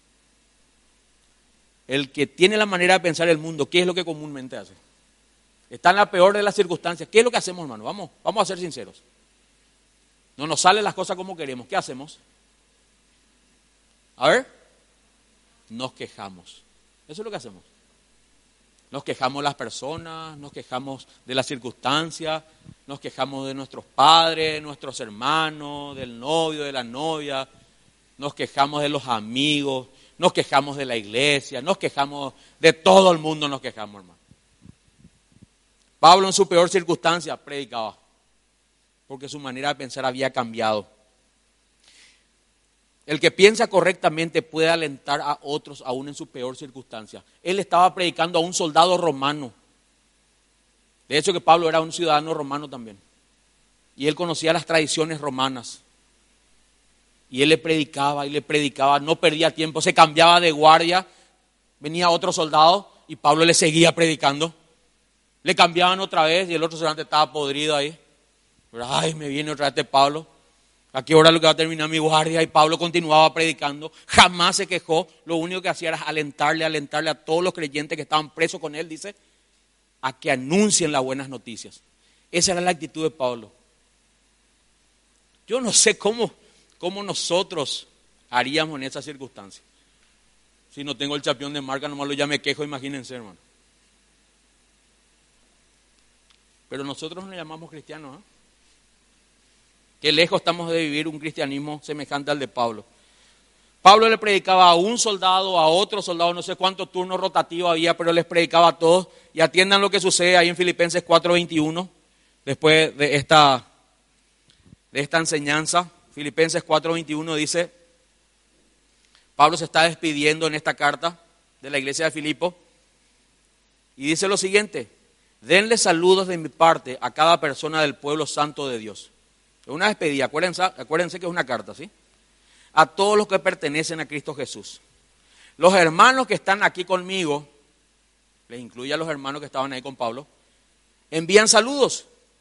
El que tiene la manera de pensar el mundo, ¿qué es lo que comúnmente hace? Está en la peor de las circunstancias. ¿Qué es lo que hacemos, hermano? Vamos a ser sinceros. No nos salen las cosas como queremos. ¿Qué hacemos? A ver, nos quejamos. Eso es lo que hacemos. Nos quejamos de las personas, nos quejamos de las circunstancias, nos quejamos de nuestros padres, nuestros hermanos, del novio, de la novia, nos quejamos de los amigos, nos quejamos de la iglesia, nos quejamos de todo el mundo, nos quejamos, hermano. Pablo en su peor circunstancia predicaba, porque su manera de pensar había cambiado. El que piensa correctamente puede alentar a otros aún en su peor circunstancia. Él estaba predicando a un soldado romano. De hecho que Pablo era un ciudadano romano también. Y él conocía las tradiciones romanas. Y él le predicaba, no perdía tiempo, se cambiaba de guardia, venía otro soldado y Pablo le seguía predicando. Le cambiaban otra vez y el otro soldado estaba podrido ahí. Pero, ay, me viene otra vez este Pablo. ¿A qué hora es lo que va a terminar mi guardia? Y Pablo continuaba predicando, jamás se quejó. Lo único que hacía era alentarle a todos los creyentes que estaban presos con él, dice, a que anuncien las buenas noticias. Esa era la actitud de Pablo. Yo no sé cómo nosotros haríamos en esa circunstancia. Si no tengo el chapión de marca, nomás ya me quejo, imagínense, hermano. Pero nosotros nos llamamos cristianos, ¿eh? Qué lejos estamos de vivir un cristianismo semejante al de Pablo. Pablo le predicaba a un soldado, a otro soldado, no sé cuántos turnos rotativos había, pero les predicaba a todos. Y atiendan lo que sucede ahí en Filipenses 4:21, después de esta enseñanza. Filipenses 4:21 dice, Pablo se está despidiendo en esta carta de la iglesia de Filipo y dice lo siguiente, denle saludos de mi parte a cada persona del pueblo santo de Dios. Es una despedida, acuérdense que es una carta, ¿sí? A todos los que pertenecen a Cristo Jesús. Los hermanos que están aquí conmigo, les incluye a los hermanos que estaban ahí con Pablo, envían saludos.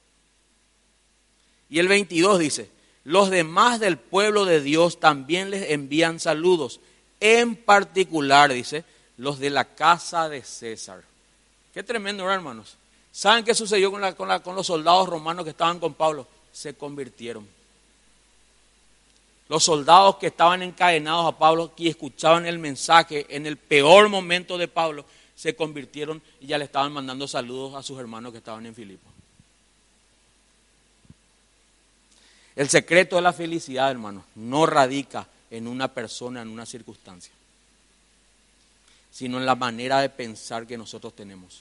Y el 22 dice, los demás del pueblo de Dios también les envían saludos. En particular, dice, los de la casa de César. Qué tremendo, ¿verdad, hermanos? ¿Saben qué sucedió con los soldados romanos que estaban con Pablo? Se convirtieron. Los soldados que estaban encadenados a Pablo y escuchaban el mensaje en el peor momento de Pablo, se convirtieron y ya le estaban mandando saludos a sus hermanos que estaban en Filipo. El secreto de la felicidad, hermanos, no radica en una persona, en una circunstancia, sino en la manera de pensar que nosotros tenemos.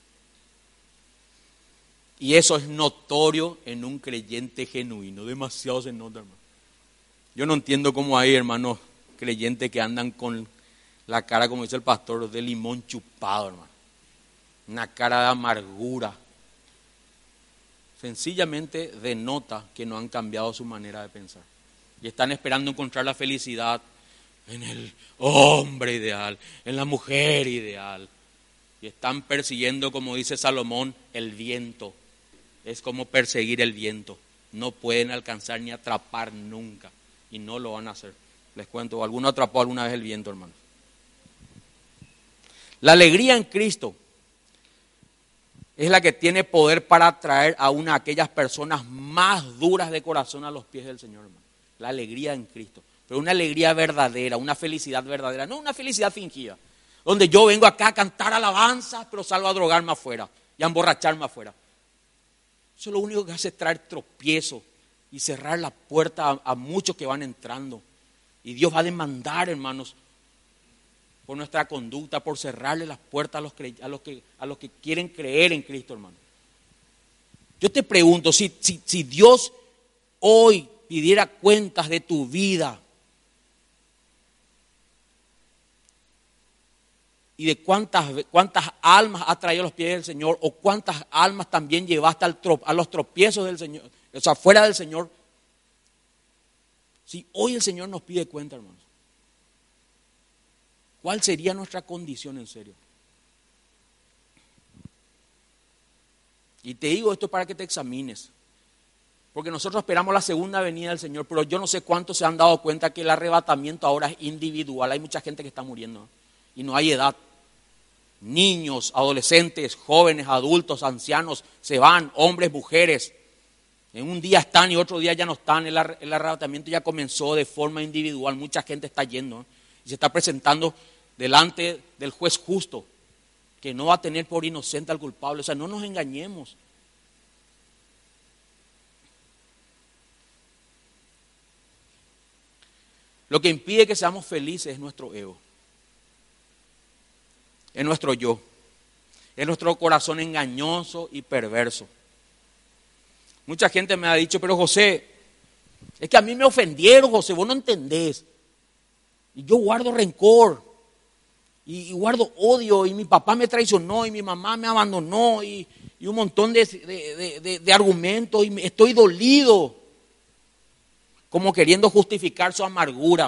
Y eso es notorio en un creyente genuino. Demasiado se nota, hermano. Yo no entiendo cómo hay, hermanos, creyentes que andan con la cara, como dice el pastor, de limón chupado, hermano. Una cara de amargura. sencillamente denota que no han cambiado su manera de pensar. Y están esperando encontrar la felicidad en el hombre ideal, en la mujer ideal. Y están persiguiendo, como dice Salomón, el viento. Es como perseguir el viento. No pueden alcanzar ni atrapar nunca. Y no lo van a hacer. Les cuento, ¿alguno atrapó alguna vez el viento, hermano? La alegría en Cristo es la que tiene poder para atraer a aquellas personas más duras de corazón a los pies del Señor, hermano. La alegría en Cristo. Pero una alegría verdadera, una felicidad verdadera, no una felicidad fingida. Donde yo vengo acá a cantar alabanzas, pero salgo a drogarme afuera y a emborracharme afuera. Eso lo único que hace es traer tropiezo y cerrar la puerta a muchos que van entrando. Y Dios va a demandar, hermanos, por nuestra conducta, por cerrarle las puertas a los que quieren creer en Cristo, hermano. Yo te pregunto, si Dios hoy pidiera cuentas de tu vida y de cuántas almas has traído a los pies del Señor, o cuántas almas también llevaste a los tropiezos del Señor, o sea, fuera del Señor. Si hoy el Señor nos pide cuenta, hermanos, ¿cuál sería nuestra condición en serio? Y te digo esto para que te examines, porque nosotros esperamos la segunda venida del Señor, pero yo no sé cuántos se han dado cuenta que el arrebatamiento ahora es individual. Hay mucha gente que está muriendo y no hay edad. Niños, adolescentes, jóvenes, adultos, ancianos se van, hombres, mujeres. En un día están y otro día ya no están. El arrebatamiento ya comenzó de forma individual. Mucha gente está yendo y se está presentando delante del juez justo, que no va a tener por inocente al culpable. O sea, no nos engañemos. Lo que impide que seamos felices es nuestro ego, es nuestro yo, es nuestro corazón engañoso y perverso. Mucha gente me ha dicho, pero José, es que a mí me ofendieron, José, vos no entendés. Y yo guardo rencor, y guardo odio, y mi papá me traicionó, y mi mamá me abandonó, y un montón de argumentos, y estoy dolido, como queriendo justificar su amargura.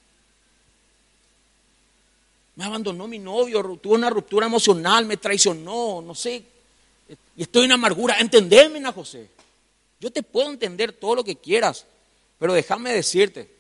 Me abandonó mi novio, tuve una ruptura emocional, me traicionó, no sé, y estoy en amargura. Entendeme, José. Yo te puedo entender todo lo que quieras, pero déjame decirte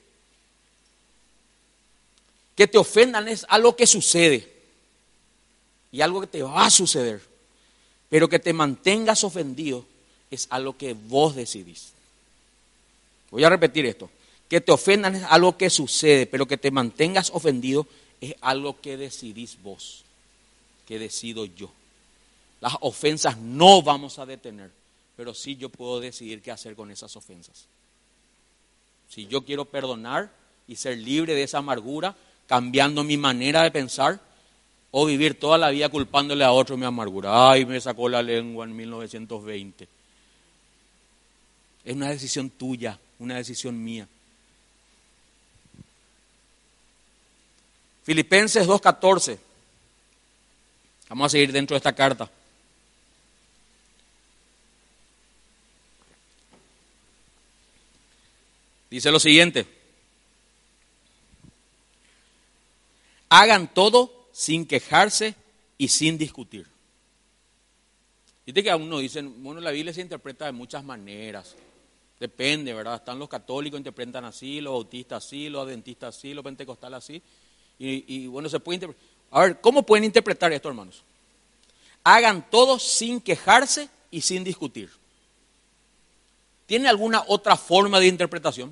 que te ofendan es algo que sucede y algo que te va a suceder, pero que te mantengas ofendido es algo que vos decidís. Voy a repetir esto, que te ofendan es algo que sucede, pero que te mantengas ofendido es algo que decidís vos, que decido yo. Las ofensas no vamos a detener, pero sí yo puedo decidir qué hacer con esas ofensas. Si yo quiero perdonar y ser libre de esa amargura, cambiando mi manera de pensar, o vivir toda la vida culpándole a otro mi amargura. Ay, me sacó la lengua en 1920. Es una decisión tuya, una decisión mía. Filipenses 2:14. Vamos a seguir dentro de esta carta. Dice lo siguiente: hagan todo sin quejarse y sin discutir. Viste que a uno dicen, bueno, la Biblia se interpreta de muchas maneras. Depende, ¿verdad? Están los católicos, interpretan así, los bautistas así, los adventistas así, los pentecostales así. Y bueno, se puede interpretar. A ver, ¿cómo pueden interpretar esto, hermanos? Hagan todo sin quejarse y sin discutir. ¿Tiene alguna otra forma de interpretación?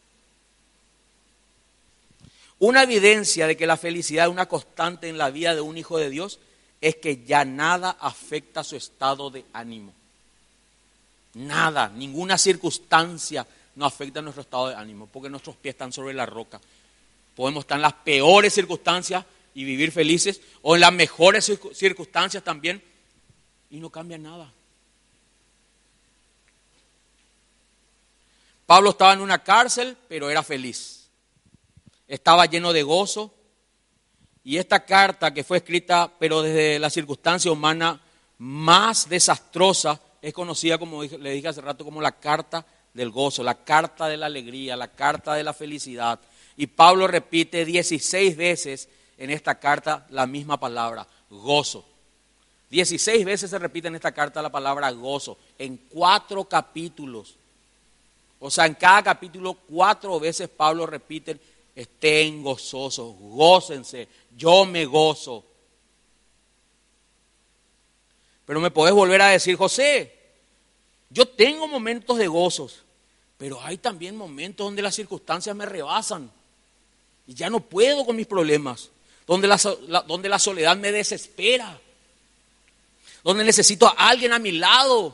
Una evidencia de que la felicidad es una constante en la vida de un hijo de Dios es que ya nada afecta su estado de ánimo. Nada, ninguna circunstancia nos afecta nuestro estado de ánimo, porque nuestros pies están sobre la roca. Podemos estar en las peores circunstancias y vivir felices, o en las mejores circunstancias también, y no cambia nada. Pablo estaba en una cárcel, pero era feliz. Estaba lleno de gozo. Y esta carta que fue escrita, pero desde la circunstancia humana más desastrosa, es conocida, como le dije hace rato, como la carta del gozo, la carta de la alegría, la carta de la felicidad. Y Pablo repite 16 veces en esta carta la misma palabra, gozo. 16 veces se repite en esta carta la palabra gozo, en 4 capítulos. O sea, en cada capítulo 4 veces Pablo repite, estén gozosos, gócense, yo me gozo. Pero me podés volver a decir, José, yo tengo momentos de gozos, pero hay también momentos donde las circunstancias me rebasan y ya no puedo con mis problemas, donde la soledad me desespera, donde necesito a alguien a mi lado.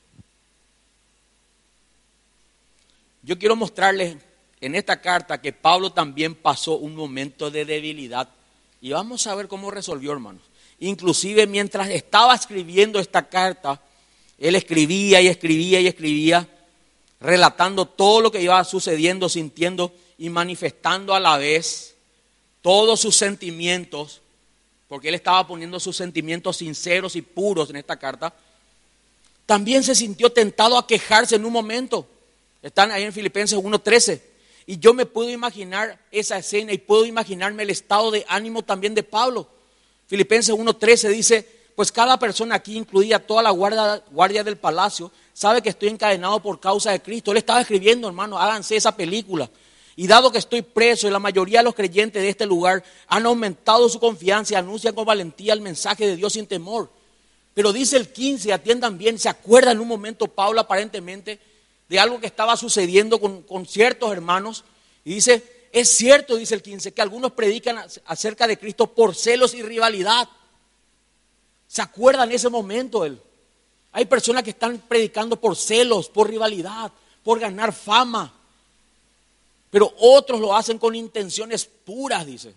Yo quiero mostrarles en esta carta que Pablo también pasó un momento de debilidad y vamos a ver cómo resolvió, hermanos. Inclusive mientras estaba escribiendo esta carta, él escribía y escribía y escribía, relatando todo lo que iba sucediendo, sintiendo y manifestando a la vez todos sus sentimientos, porque él estaba poniendo sus sentimientos sinceros y puros en esta carta. También se sintió tentado a quejarse en un momento. Están ahí en Filipenses 1:13. Y yo me puedo imaginar esa escena y puedo imaginarme el estado de ánimo también de Pablo. Filipenses 1:13 dice, pues cada persona aquí, incluida toda la guardia del palacio, sabe que estoy encadenado por causa de Cristo. Él estaba escribiendo, hermano, háganse esa película. Y dado que estoy preso y la mayoría de los creyentes de este lugar han aumentado su confianza y anuncian con valentía el mensaje de Dios sin temor. Pero dice el 15, atiendan bien, se acuerda en un momento Pablo aparentemente de algo que estaba sucediendo con ciertos hermanos. Y dice, es cierto, dice el 15, que algunos predican acerca de Cristo por celos y rivalidad. ¿Se acuerda en ese momento él? Hay personas que están predicando por celos, por rivalidad, por ganar fama. Pero otros lo hacen con intenciones puras, dice.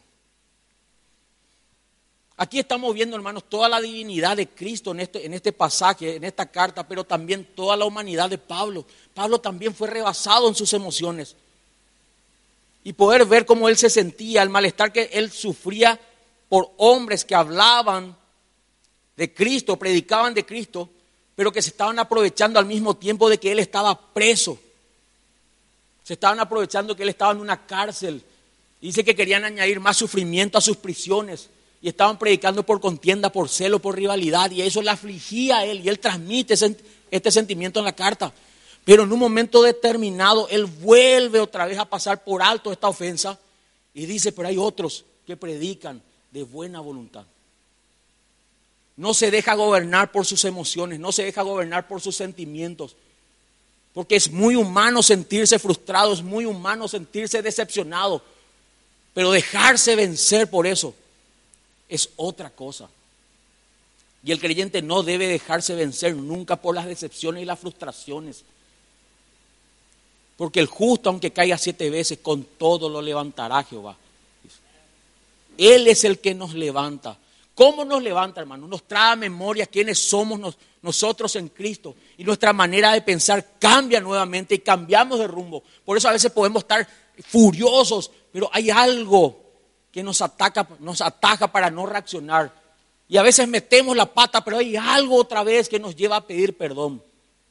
Aquí estamos viendo, hermanos, toda la divinidad de Cristo en este pasaje, en esta carta, pero también toda la humanidad de Pablo. Pablo también fue rebasado en sus emociones. Y poder ver cómo él se sentía, el malestar que él sufría por hombres que hablaban de Cristo, predicaban de Cristo, pero que se estaban aprovechando al mismo tiempo de que él estaba preso. Se estaban aprovechando que él estaba en una cárcel. Dice que querían añadir más sufrimiento a sus prisiones. Y estaban predicando por contienda, por celo, por rivalidad. Y eso le afligía a él. Y él transmite este sentimiento en la carta. Pero en un momento determinado, él vuelve otra vez a pasar por alto esta ofensa. Y dice, pero hay otros que predican de buena voluntad. No se deja gobernar por sus emociones. No se deja gobernar por sus sentimientos. Porque es muy humano sentirse frustrado, es muy humano sentirse decepcionado. Pero dejarse vencer por eso es otra cosa. Y el creyente no debe dejarse vencer nunca por las decepciones y las frustraciones. Porque el justo, aunque caiga 7 veces, con todo lo levantará Jehová. Él es el que nos levanta. ¿Cómo nos levanta, hermano? Nos trae a memoria quiénes somos nosotros en Cristo. Y nuestra manera de pensar cambia nuevamente y cambiamos de rumbo. Por eso a veces podemos estar furiosos, pero hay algo que nos ataja para no reaccionar. Y a veces metemos la pata, pero hay algo otra vez que nos lleva a pedir perdón.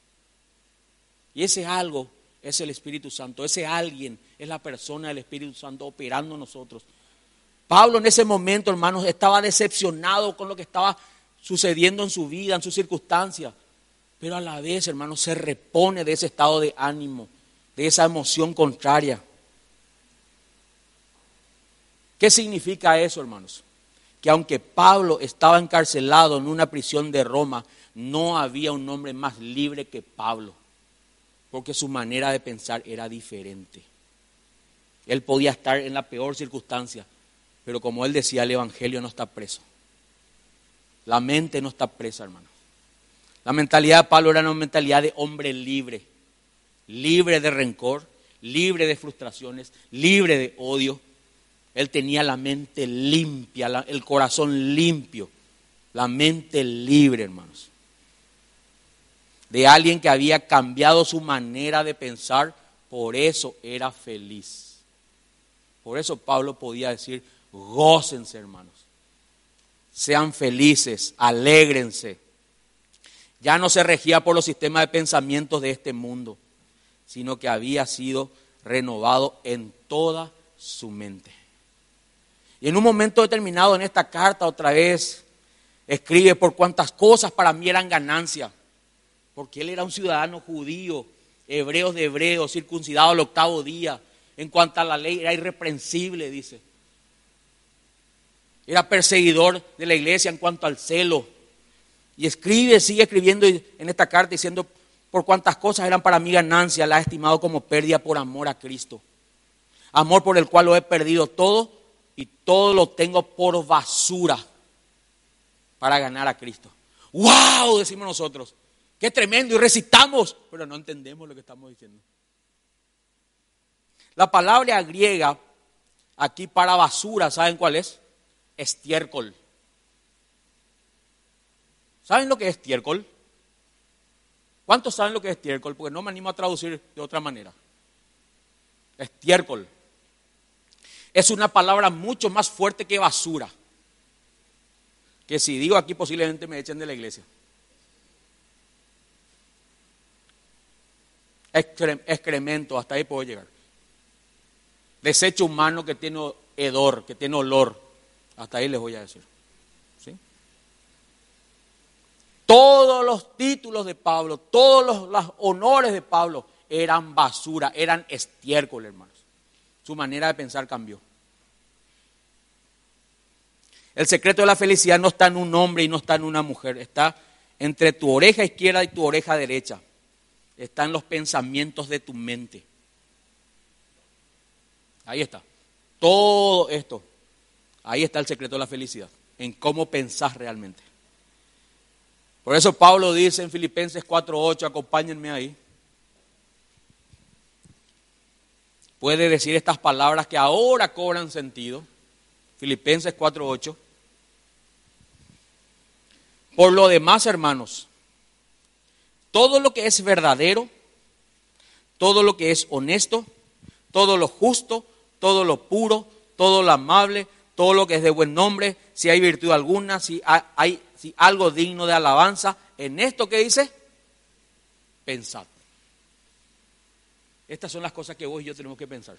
Y ese algo es el Espíritu Santo. Ese alguien es la persona del Espíritu Santo operando en nosotros. Pablo en ese momento, hermanos, estaba decepcionado con lo que estaba sucediendo en su vida, en sus circunstancias. Pero a la vez, hermanos, se repone de ese estado de ánimo, de esa emoción contraria. ¿Qué significa eso, hermanos? Que aunque Pablo estaba encarcelado en una prisión de Roma, no había un hombre más libre que Pablo, porque su manera de pensar era diferente. Él podía estar en la peor circunstancia, pero como él decía, el evangelio no está preso. La mente no está presa, hermano. La mentalidad de Pablo era una mentalidad de hombre libre. Libre de rencor, libre de frustraciones, libre de odio. Él tenía la mente limpia, el corazón limpio. La mente libre, hermanos. De alguien que había cambiado su manera de pensar, por eso era feliz. Por eso Pablo podía decir, gócense, hermanos. Sean felices, alégrense. Ya no se regía por los sistemas de pensamientos de este mundo, sino que había sido renovado en toda su mente. Y en un momento determinado en esta carta otra vez escribe por cuántas cosas para mí eran ganancia. Porque él era un ciudadano judío, hebreos de hebreos, circuncidado al 8º día. En cuanto a la ley era irreprensible, dice. Era perseguidor de la iglesia en cuanto al celo. Y sigue escribiendo en esta carta diciendo por cuántas cosas eran para mí ganancia, la he estimado como pérdida por amor a Cristo. Amor por el cual lo he perdido todo y todo lo tengo por basura para ganar a Cristo. ¡Wow! Decimos nosotros. ¡Qué tremendo! Y recitamos, pero no entendemos lo que estamos diciendo. La palabra griega aquí para basura, ¿saben cuál es? Estiércol. ¿Saben lo que es estiércol? ¿Cuántos saben lo que es estiércol? Porque no me animo a traducir de otra manera. Estiércol es una palabra mucho más fuerte que basura. Que si digo aquí posiblemente me echen de la iglesia. Excremento, hasta ahí puedo llegar. Desecho humano que tiene hedor, que tiene olor. Hasta ahí les voy a decir. ¿Sí? Todos los títulos de Pablo, todos los honores de Pablo eran basura, eran estiércol, hermanos. Su manera de pensar cambió. El secreto de la felicidad no está en un hombre y no está en una mujer. Está entre tu oreja izquierda y tu oreja derecha. Está en los pensamientos de tu mente. Ahí está. Todo esto. Ahí está el secreto de la felicidad. En cómo pensás realmente. Por eso Pablo dice en Filipenses 4:8, acompáñenme ahí. Puede decir estas palabras que ahora cobran sentido. Filipenses 4:8. Por lo demás, hermanos, todo lo que es verdadero, todo lo que es honesto, todo lo justo, todo lo puro, todo lo amable, todo lo que es de buen nombre, si hay virtud alguna, si algo digno de alabanza, en esto que dice, pensad. Estas son las cosas que vos y yo tenemos que pensar.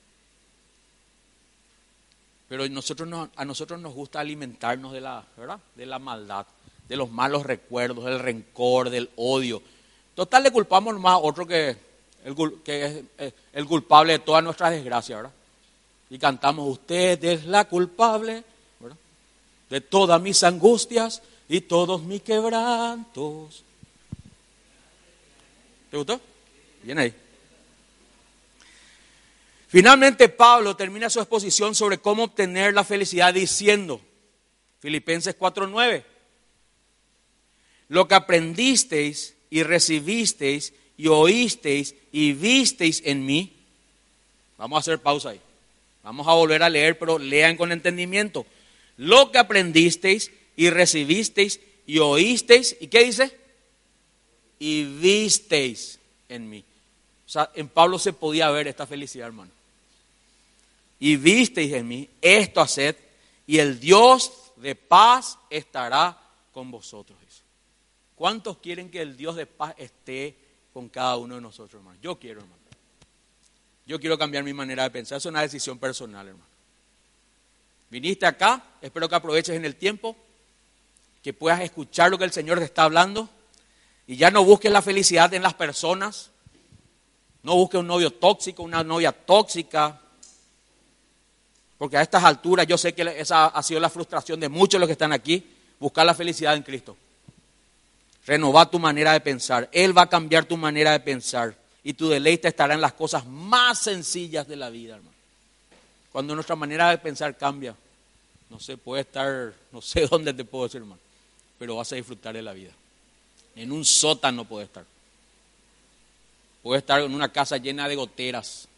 Pero a nosotros nos gusta alimentarnos de la, ¿verdad?, de la maldad, de los malos recuerdos, del rencor, del odio. Total, le culpamos más a otro que es el culpable de todas nuestras desgracias, ¿verdad? Y cantamos, usted es la culpable, ¿verdad?, de todas mis angustias y todos mis quebrantos. ¿Te gustó? Bien ahí. Finalmente Pablo termina su exposición sobre cómo obtener la felicidad diciendo, Filipenses 4:9, lo que aprendisteis y recibisteis y oísteis y visteis en mí. Vamos a hacer pausa ahí. Vamos a volver a leer, pero lean con entendimiento. Lo que aprendisteis y recibisteis y oísteis, ¿y qué dice? Y visteis en mí. O sea, en Pablo se podía ver esta felicidad, hermano. Y visteis en mí, esto haced, y el Dios de paz estará con vosotros. Dice. ¿Cuántos quieren que el Dios de paz esté con cada uno de nosotros, hermano? Yo quiero, hermano. Yo quiero cambiar mi manera de pensar. Es una decisión personal, hermano. Viniste acá, espero que aproveches en el tiempo, que puedas escuchar lo que el Señor te está hablando, y ya no busques la felicidad en las personas. No busques un novio tóxico, una novia tóxica. Porque a estas alturas yo sé que esa ha sido la frustración de muchos de los que están aquí. Buscar la felicidad en Cristo. Renovar tu manera de pensar. Él va a cambiar tu manera de pensar. Y tu deleite estará en las cosas más sencillas de la vida, hermano. Cuando nuestra manera de pensar cambia. No sé, puede estar, no sé dónde te puedo decir, hermano. Pero vas a disfrutar de la vida. En un sótano puede estar. Puede estar en una casa llena de goteras.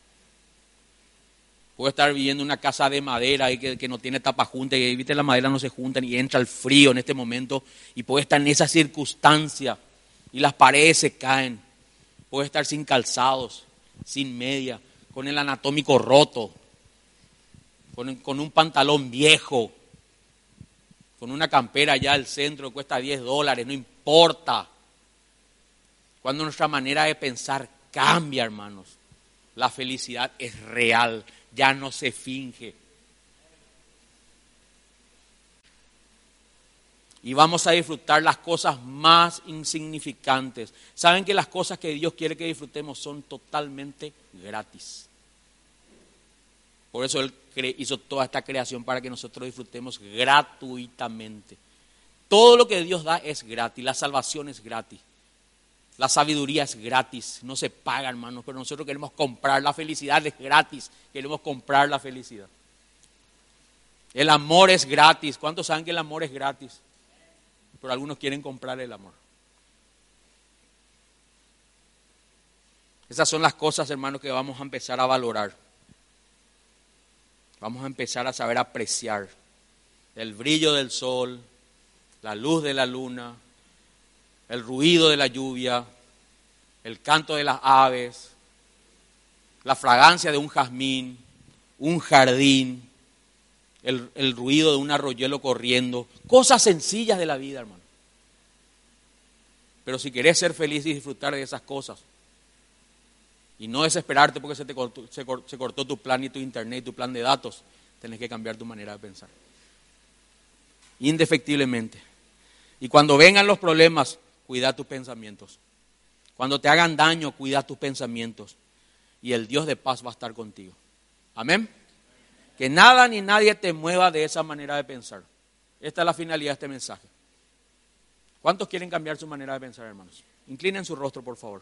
Puede estar viviendo en una casa de madera y que no tiene tapajunta y viste la madera no se juntan y entra el frío en este momento y puede estar en esa circunstancia y las paredes se caen. Puede estar sin calzados, sin media, con el anatómico roto, con un pantalón viejo, con una campera allá al centro que cuesta $10, no importa. importa. Cuando nuestra manera de pensar cambia, hermanos, la felicidad es real, ya no se finge. Y vamos a disfrutar las cosas más insignificantes. Saben que las cosas que Dios quiere que disfrutemos son totalmente gratis. Por eso Él hizo toda esta creación para que nosotros disfrutemos gratuitamente. Todo lo que Dios da es gratis. La salvación es gratis. La sabiduría es gratis. No se paga, hermanos, pero nosotros queremos comprar. La felicidad es gratis. Queremos comprar la felicidad. El amor es gratis. ¿Cuántos saben que el amor es gratis? Pero algunos quieren comprar el amor. Esas son las cosas, hermanos, que vamos a empezar a valorar. Vamos a empezar a saber apreciar el brillo del sol, la luz de la luna, el ruido de la lluvia, el canto de las aves, la fragancia de un jazmín, un jardín, el ruido de un arroyuelo corriendo, cosas sencillas de la vida, hermano. Pero si querés ser feliz y disfrutar de esas cosas, y no desesperarte porque se cortó tu plan y tu internet y tu plan de datos, tenés que cambiar tu manera de pensar. Indefectiblemente. Y cuando vengan los problemas, cuida tus pensamientos. Cuando te hagan daño, cuida tus pensamientos. Y el Dios de paz va a estar contigo. Amén. Que nada ni nadie te mueva de esa manera de pensar. Esta es la finalidad de este mensaje. ¿Cuántos quieren cambiar su manera de pensar, hermanos? Inclinen su rostro, por favor.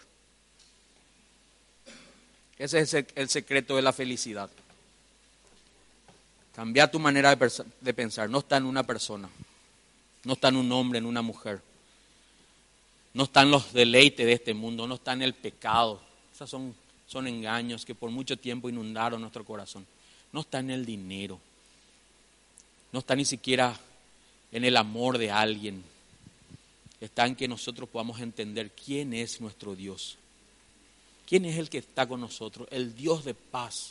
Ese es el secreto de la felicidad. Cambiar tu manera de pensar. No está en una persona. No está en un hombre, en una mujer. No está en los deleites de este mundo. No está en el pecado. Esos son engaños que por mucho tiempo inundaron nuestro corazón. No está en el dinero. No está ni siquiera en el amor de alguien. Está en que nosotros podamos entender quién es nuestro Dios. ¿Quién es el que está con nosotros? El Dios de paz.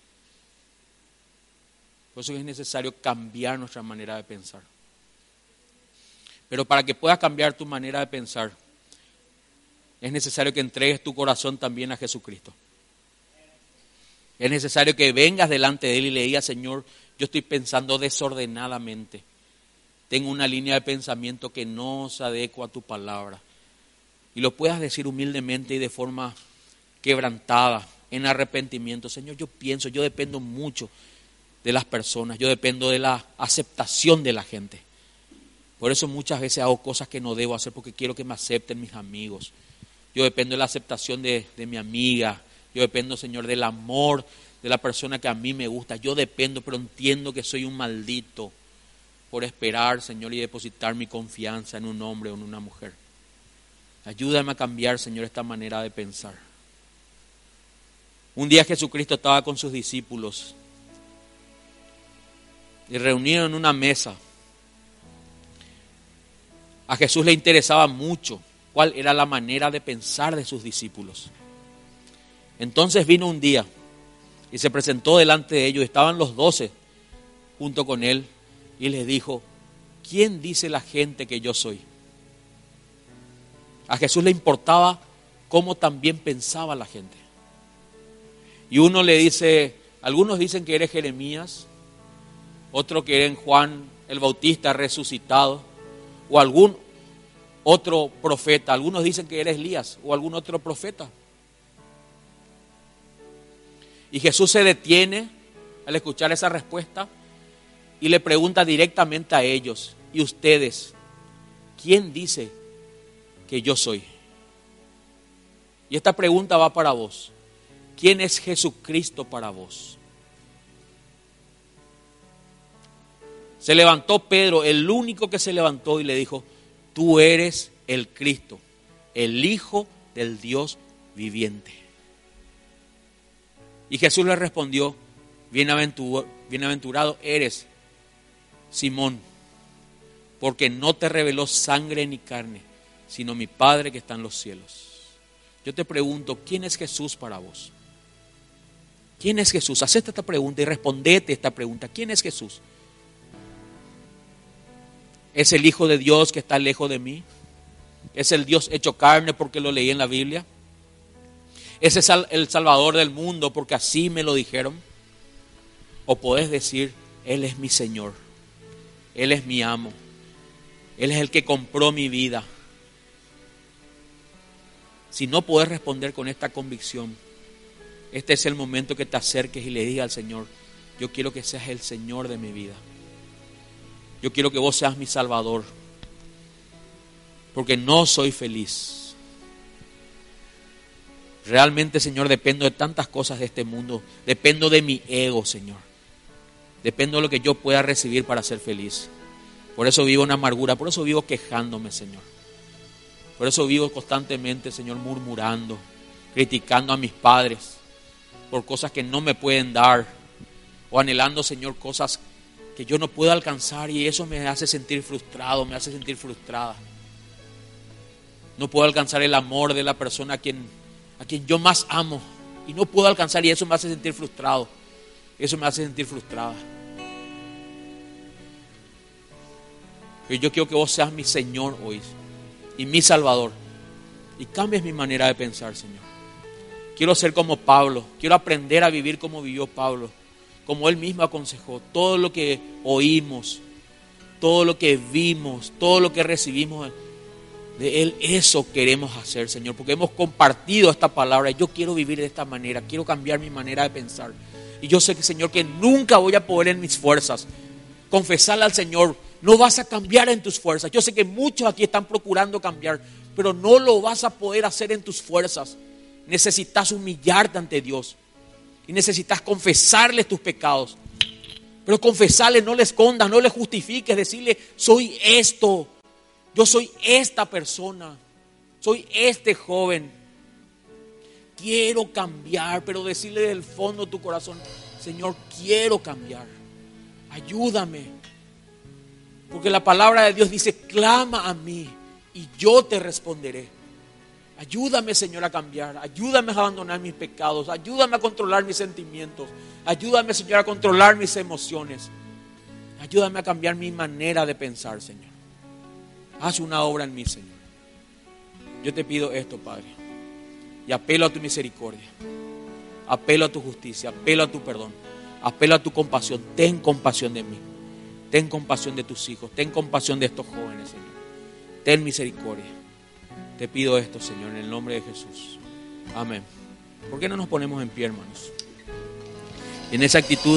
Por eso es necesario cambiar nuestra manera de pensar. Pero para que puedas cambiar tu manera de pensar, es necesario que entregues tu corazón también a Jesucristo. Es necesario que vengas delante de Él y le digas: Señor, yo estoy pensando desordenadamente. Tengo una línea de pensamiento que no se adecua a tu palabra. Y lo puedas decir humildemente y de forma quebrantada, en arrepentimiento. Señor, yo dependo mucho de las personas, yo dependo de la aceptación de la gente. Por eso muchas veces hago cosas que no debo hacer porque quiero que me acepten mis amigos. Yo dependo de la aceptación de mi amiga. Yo dependo, Señor, del amor de la persona que a mí me gusta. Yo dependo, pero entiendo que soy un maldito por esperar, Señor, y depositar mi confianza en un hombre o en una mujer. Ayúdame a cambiar, Señor, esta manera de pensar. Un día Jesucristo estaba con sus discípulos y reunidos en una mesa. A Jesús le interesaba mucho cuál era la manera de pensar de sus discípulos. Entonces vino un día y se presentó delante de ellos. Estaban los 12 junto con él y les dijo: ¿quién dice la gente que yo soy? A Jesús le importaba cómo también pensaba la gente. Y uno le dice, algunos dicen que eres Jeremías, otros que eres Juan el Bautista resucitado, o algún otro profeta. Algunos dicen que eres Elías o algún otro profeta. Y Jesús se detiene al escuchar esa respuesta y le pregunta directamente a ellos: ¿y ustedes? ¿Quién dice que yo soy? Y esta pregunta va para vos. ¿Quién es Jesucristo para vos? Se levantó Pedro, el único que se levantó, y le dijo: tú eres el Cristo, el Hijo del Dios viviente. Y Jesús le respondió: bienaventurado eres, Simón, porque no te reveló sangre ni carne, sino mi Padre que está en los cielos. Yo te pregunto, ¿quién es Jesús para vos? ¿Quién es Jesús? Hacete esta pregunta y respondete esta pregunta. ¿Quién es Jesús? ¿Es el Hijo de Dios que está lejos de mí? Es el Dios hecho carne porque lo leí en la Biblia. ¿Es el Salvador del mundo porque así me lo dijeron? O podés decir, Él es mi Señor, Él es mi amo, Él es el que compró mi vida. Si no podés responder con esta convicción, este es el momento que te acerques y le digas al Señor, yo quiero que seas el Señor de mi vida. Yo quiero que vos seas mi Salvador, porque no soy feliz. Realmente, Señor, dependo de tantas cosas de este mundo. Dependo de mi ego, Señor. Dependo de lo que yo pueda recibir para ser feliz. Por eso vivo en amargura, por eso vivo quejándome, Señor. Por eso vivo constantemente, Señor, murmurando, criticando a mis padres por cosas que no me pueden dar, o anhelando, Señor, cosas que yo no puedo alcanzar, y eso me hace sentir frustrado, me hace sentir frustrada. No puedo alcanzar el amor de la persona a quien yo más amo, y no puedo alcanzar, y eso me hace sentir frustrado, eso me hace sentir frustrada. Pero yo quiero que vos seas mi Señor hoy y mi Salvador, y cambies mi manera de pensar, Señor. Quiero ser como Pablo, quiero aprender a vivir como vivió Pablo, como él mismo aconsejó. Todo lo que oímos, todo lo que vimos, todo lo que recibimos de él, eso queremos hacer, Señor, porque hemos compartido esta palabra. Yo quiero vivir de esta manera, quiero cambiar mi manera de pensar. Y yo sé que, Señor, que nunca voy a poder en mis fuerzas confesarle al Señor, no vas a cambiar en tus fuerzas. Yo sé que muchos aquí están procurando cambiar, pero no lo vas a poder hacer en tus fuerzas. Necesitas humillarte ante Dios y necesitas confesarle tus pecados. Pero confesarle, no le escondas, no le justifiques, decirle, soy esto, yo soy esta persona, soy este joven, quiero cambiar, pero decirle del fondo de tu corazón, Señor, quiero cambiar, ayúdame. Porque la palabra de Dios dice, clama a mí y yo te responderé. Ayúdame, Señor, a cambiar. Ayúdame a abandonar mis pecados. Ayúdame a controlar mis sentimientos. Ayúdame, Señor, a controlar mis emociones. Ayúdame a cambiar mi manera de pensar, Señor. Haz una obra en mí, Señor. Yo te pido esto, Padre. Y apelo a tu misericordia. Apelo a tu justicia. Apelo a tu perdón. Apelo a tu compasión. Ten compasión de mí. Ten compasión de tus hijos. Ten compasión de estos jóvenes, Señor. Ten misericordia. Te pido esto, Señor, en el nombre de Jesús. Amén. ¿Por qué no nos ponemos en pie, hermanos? En esa actitud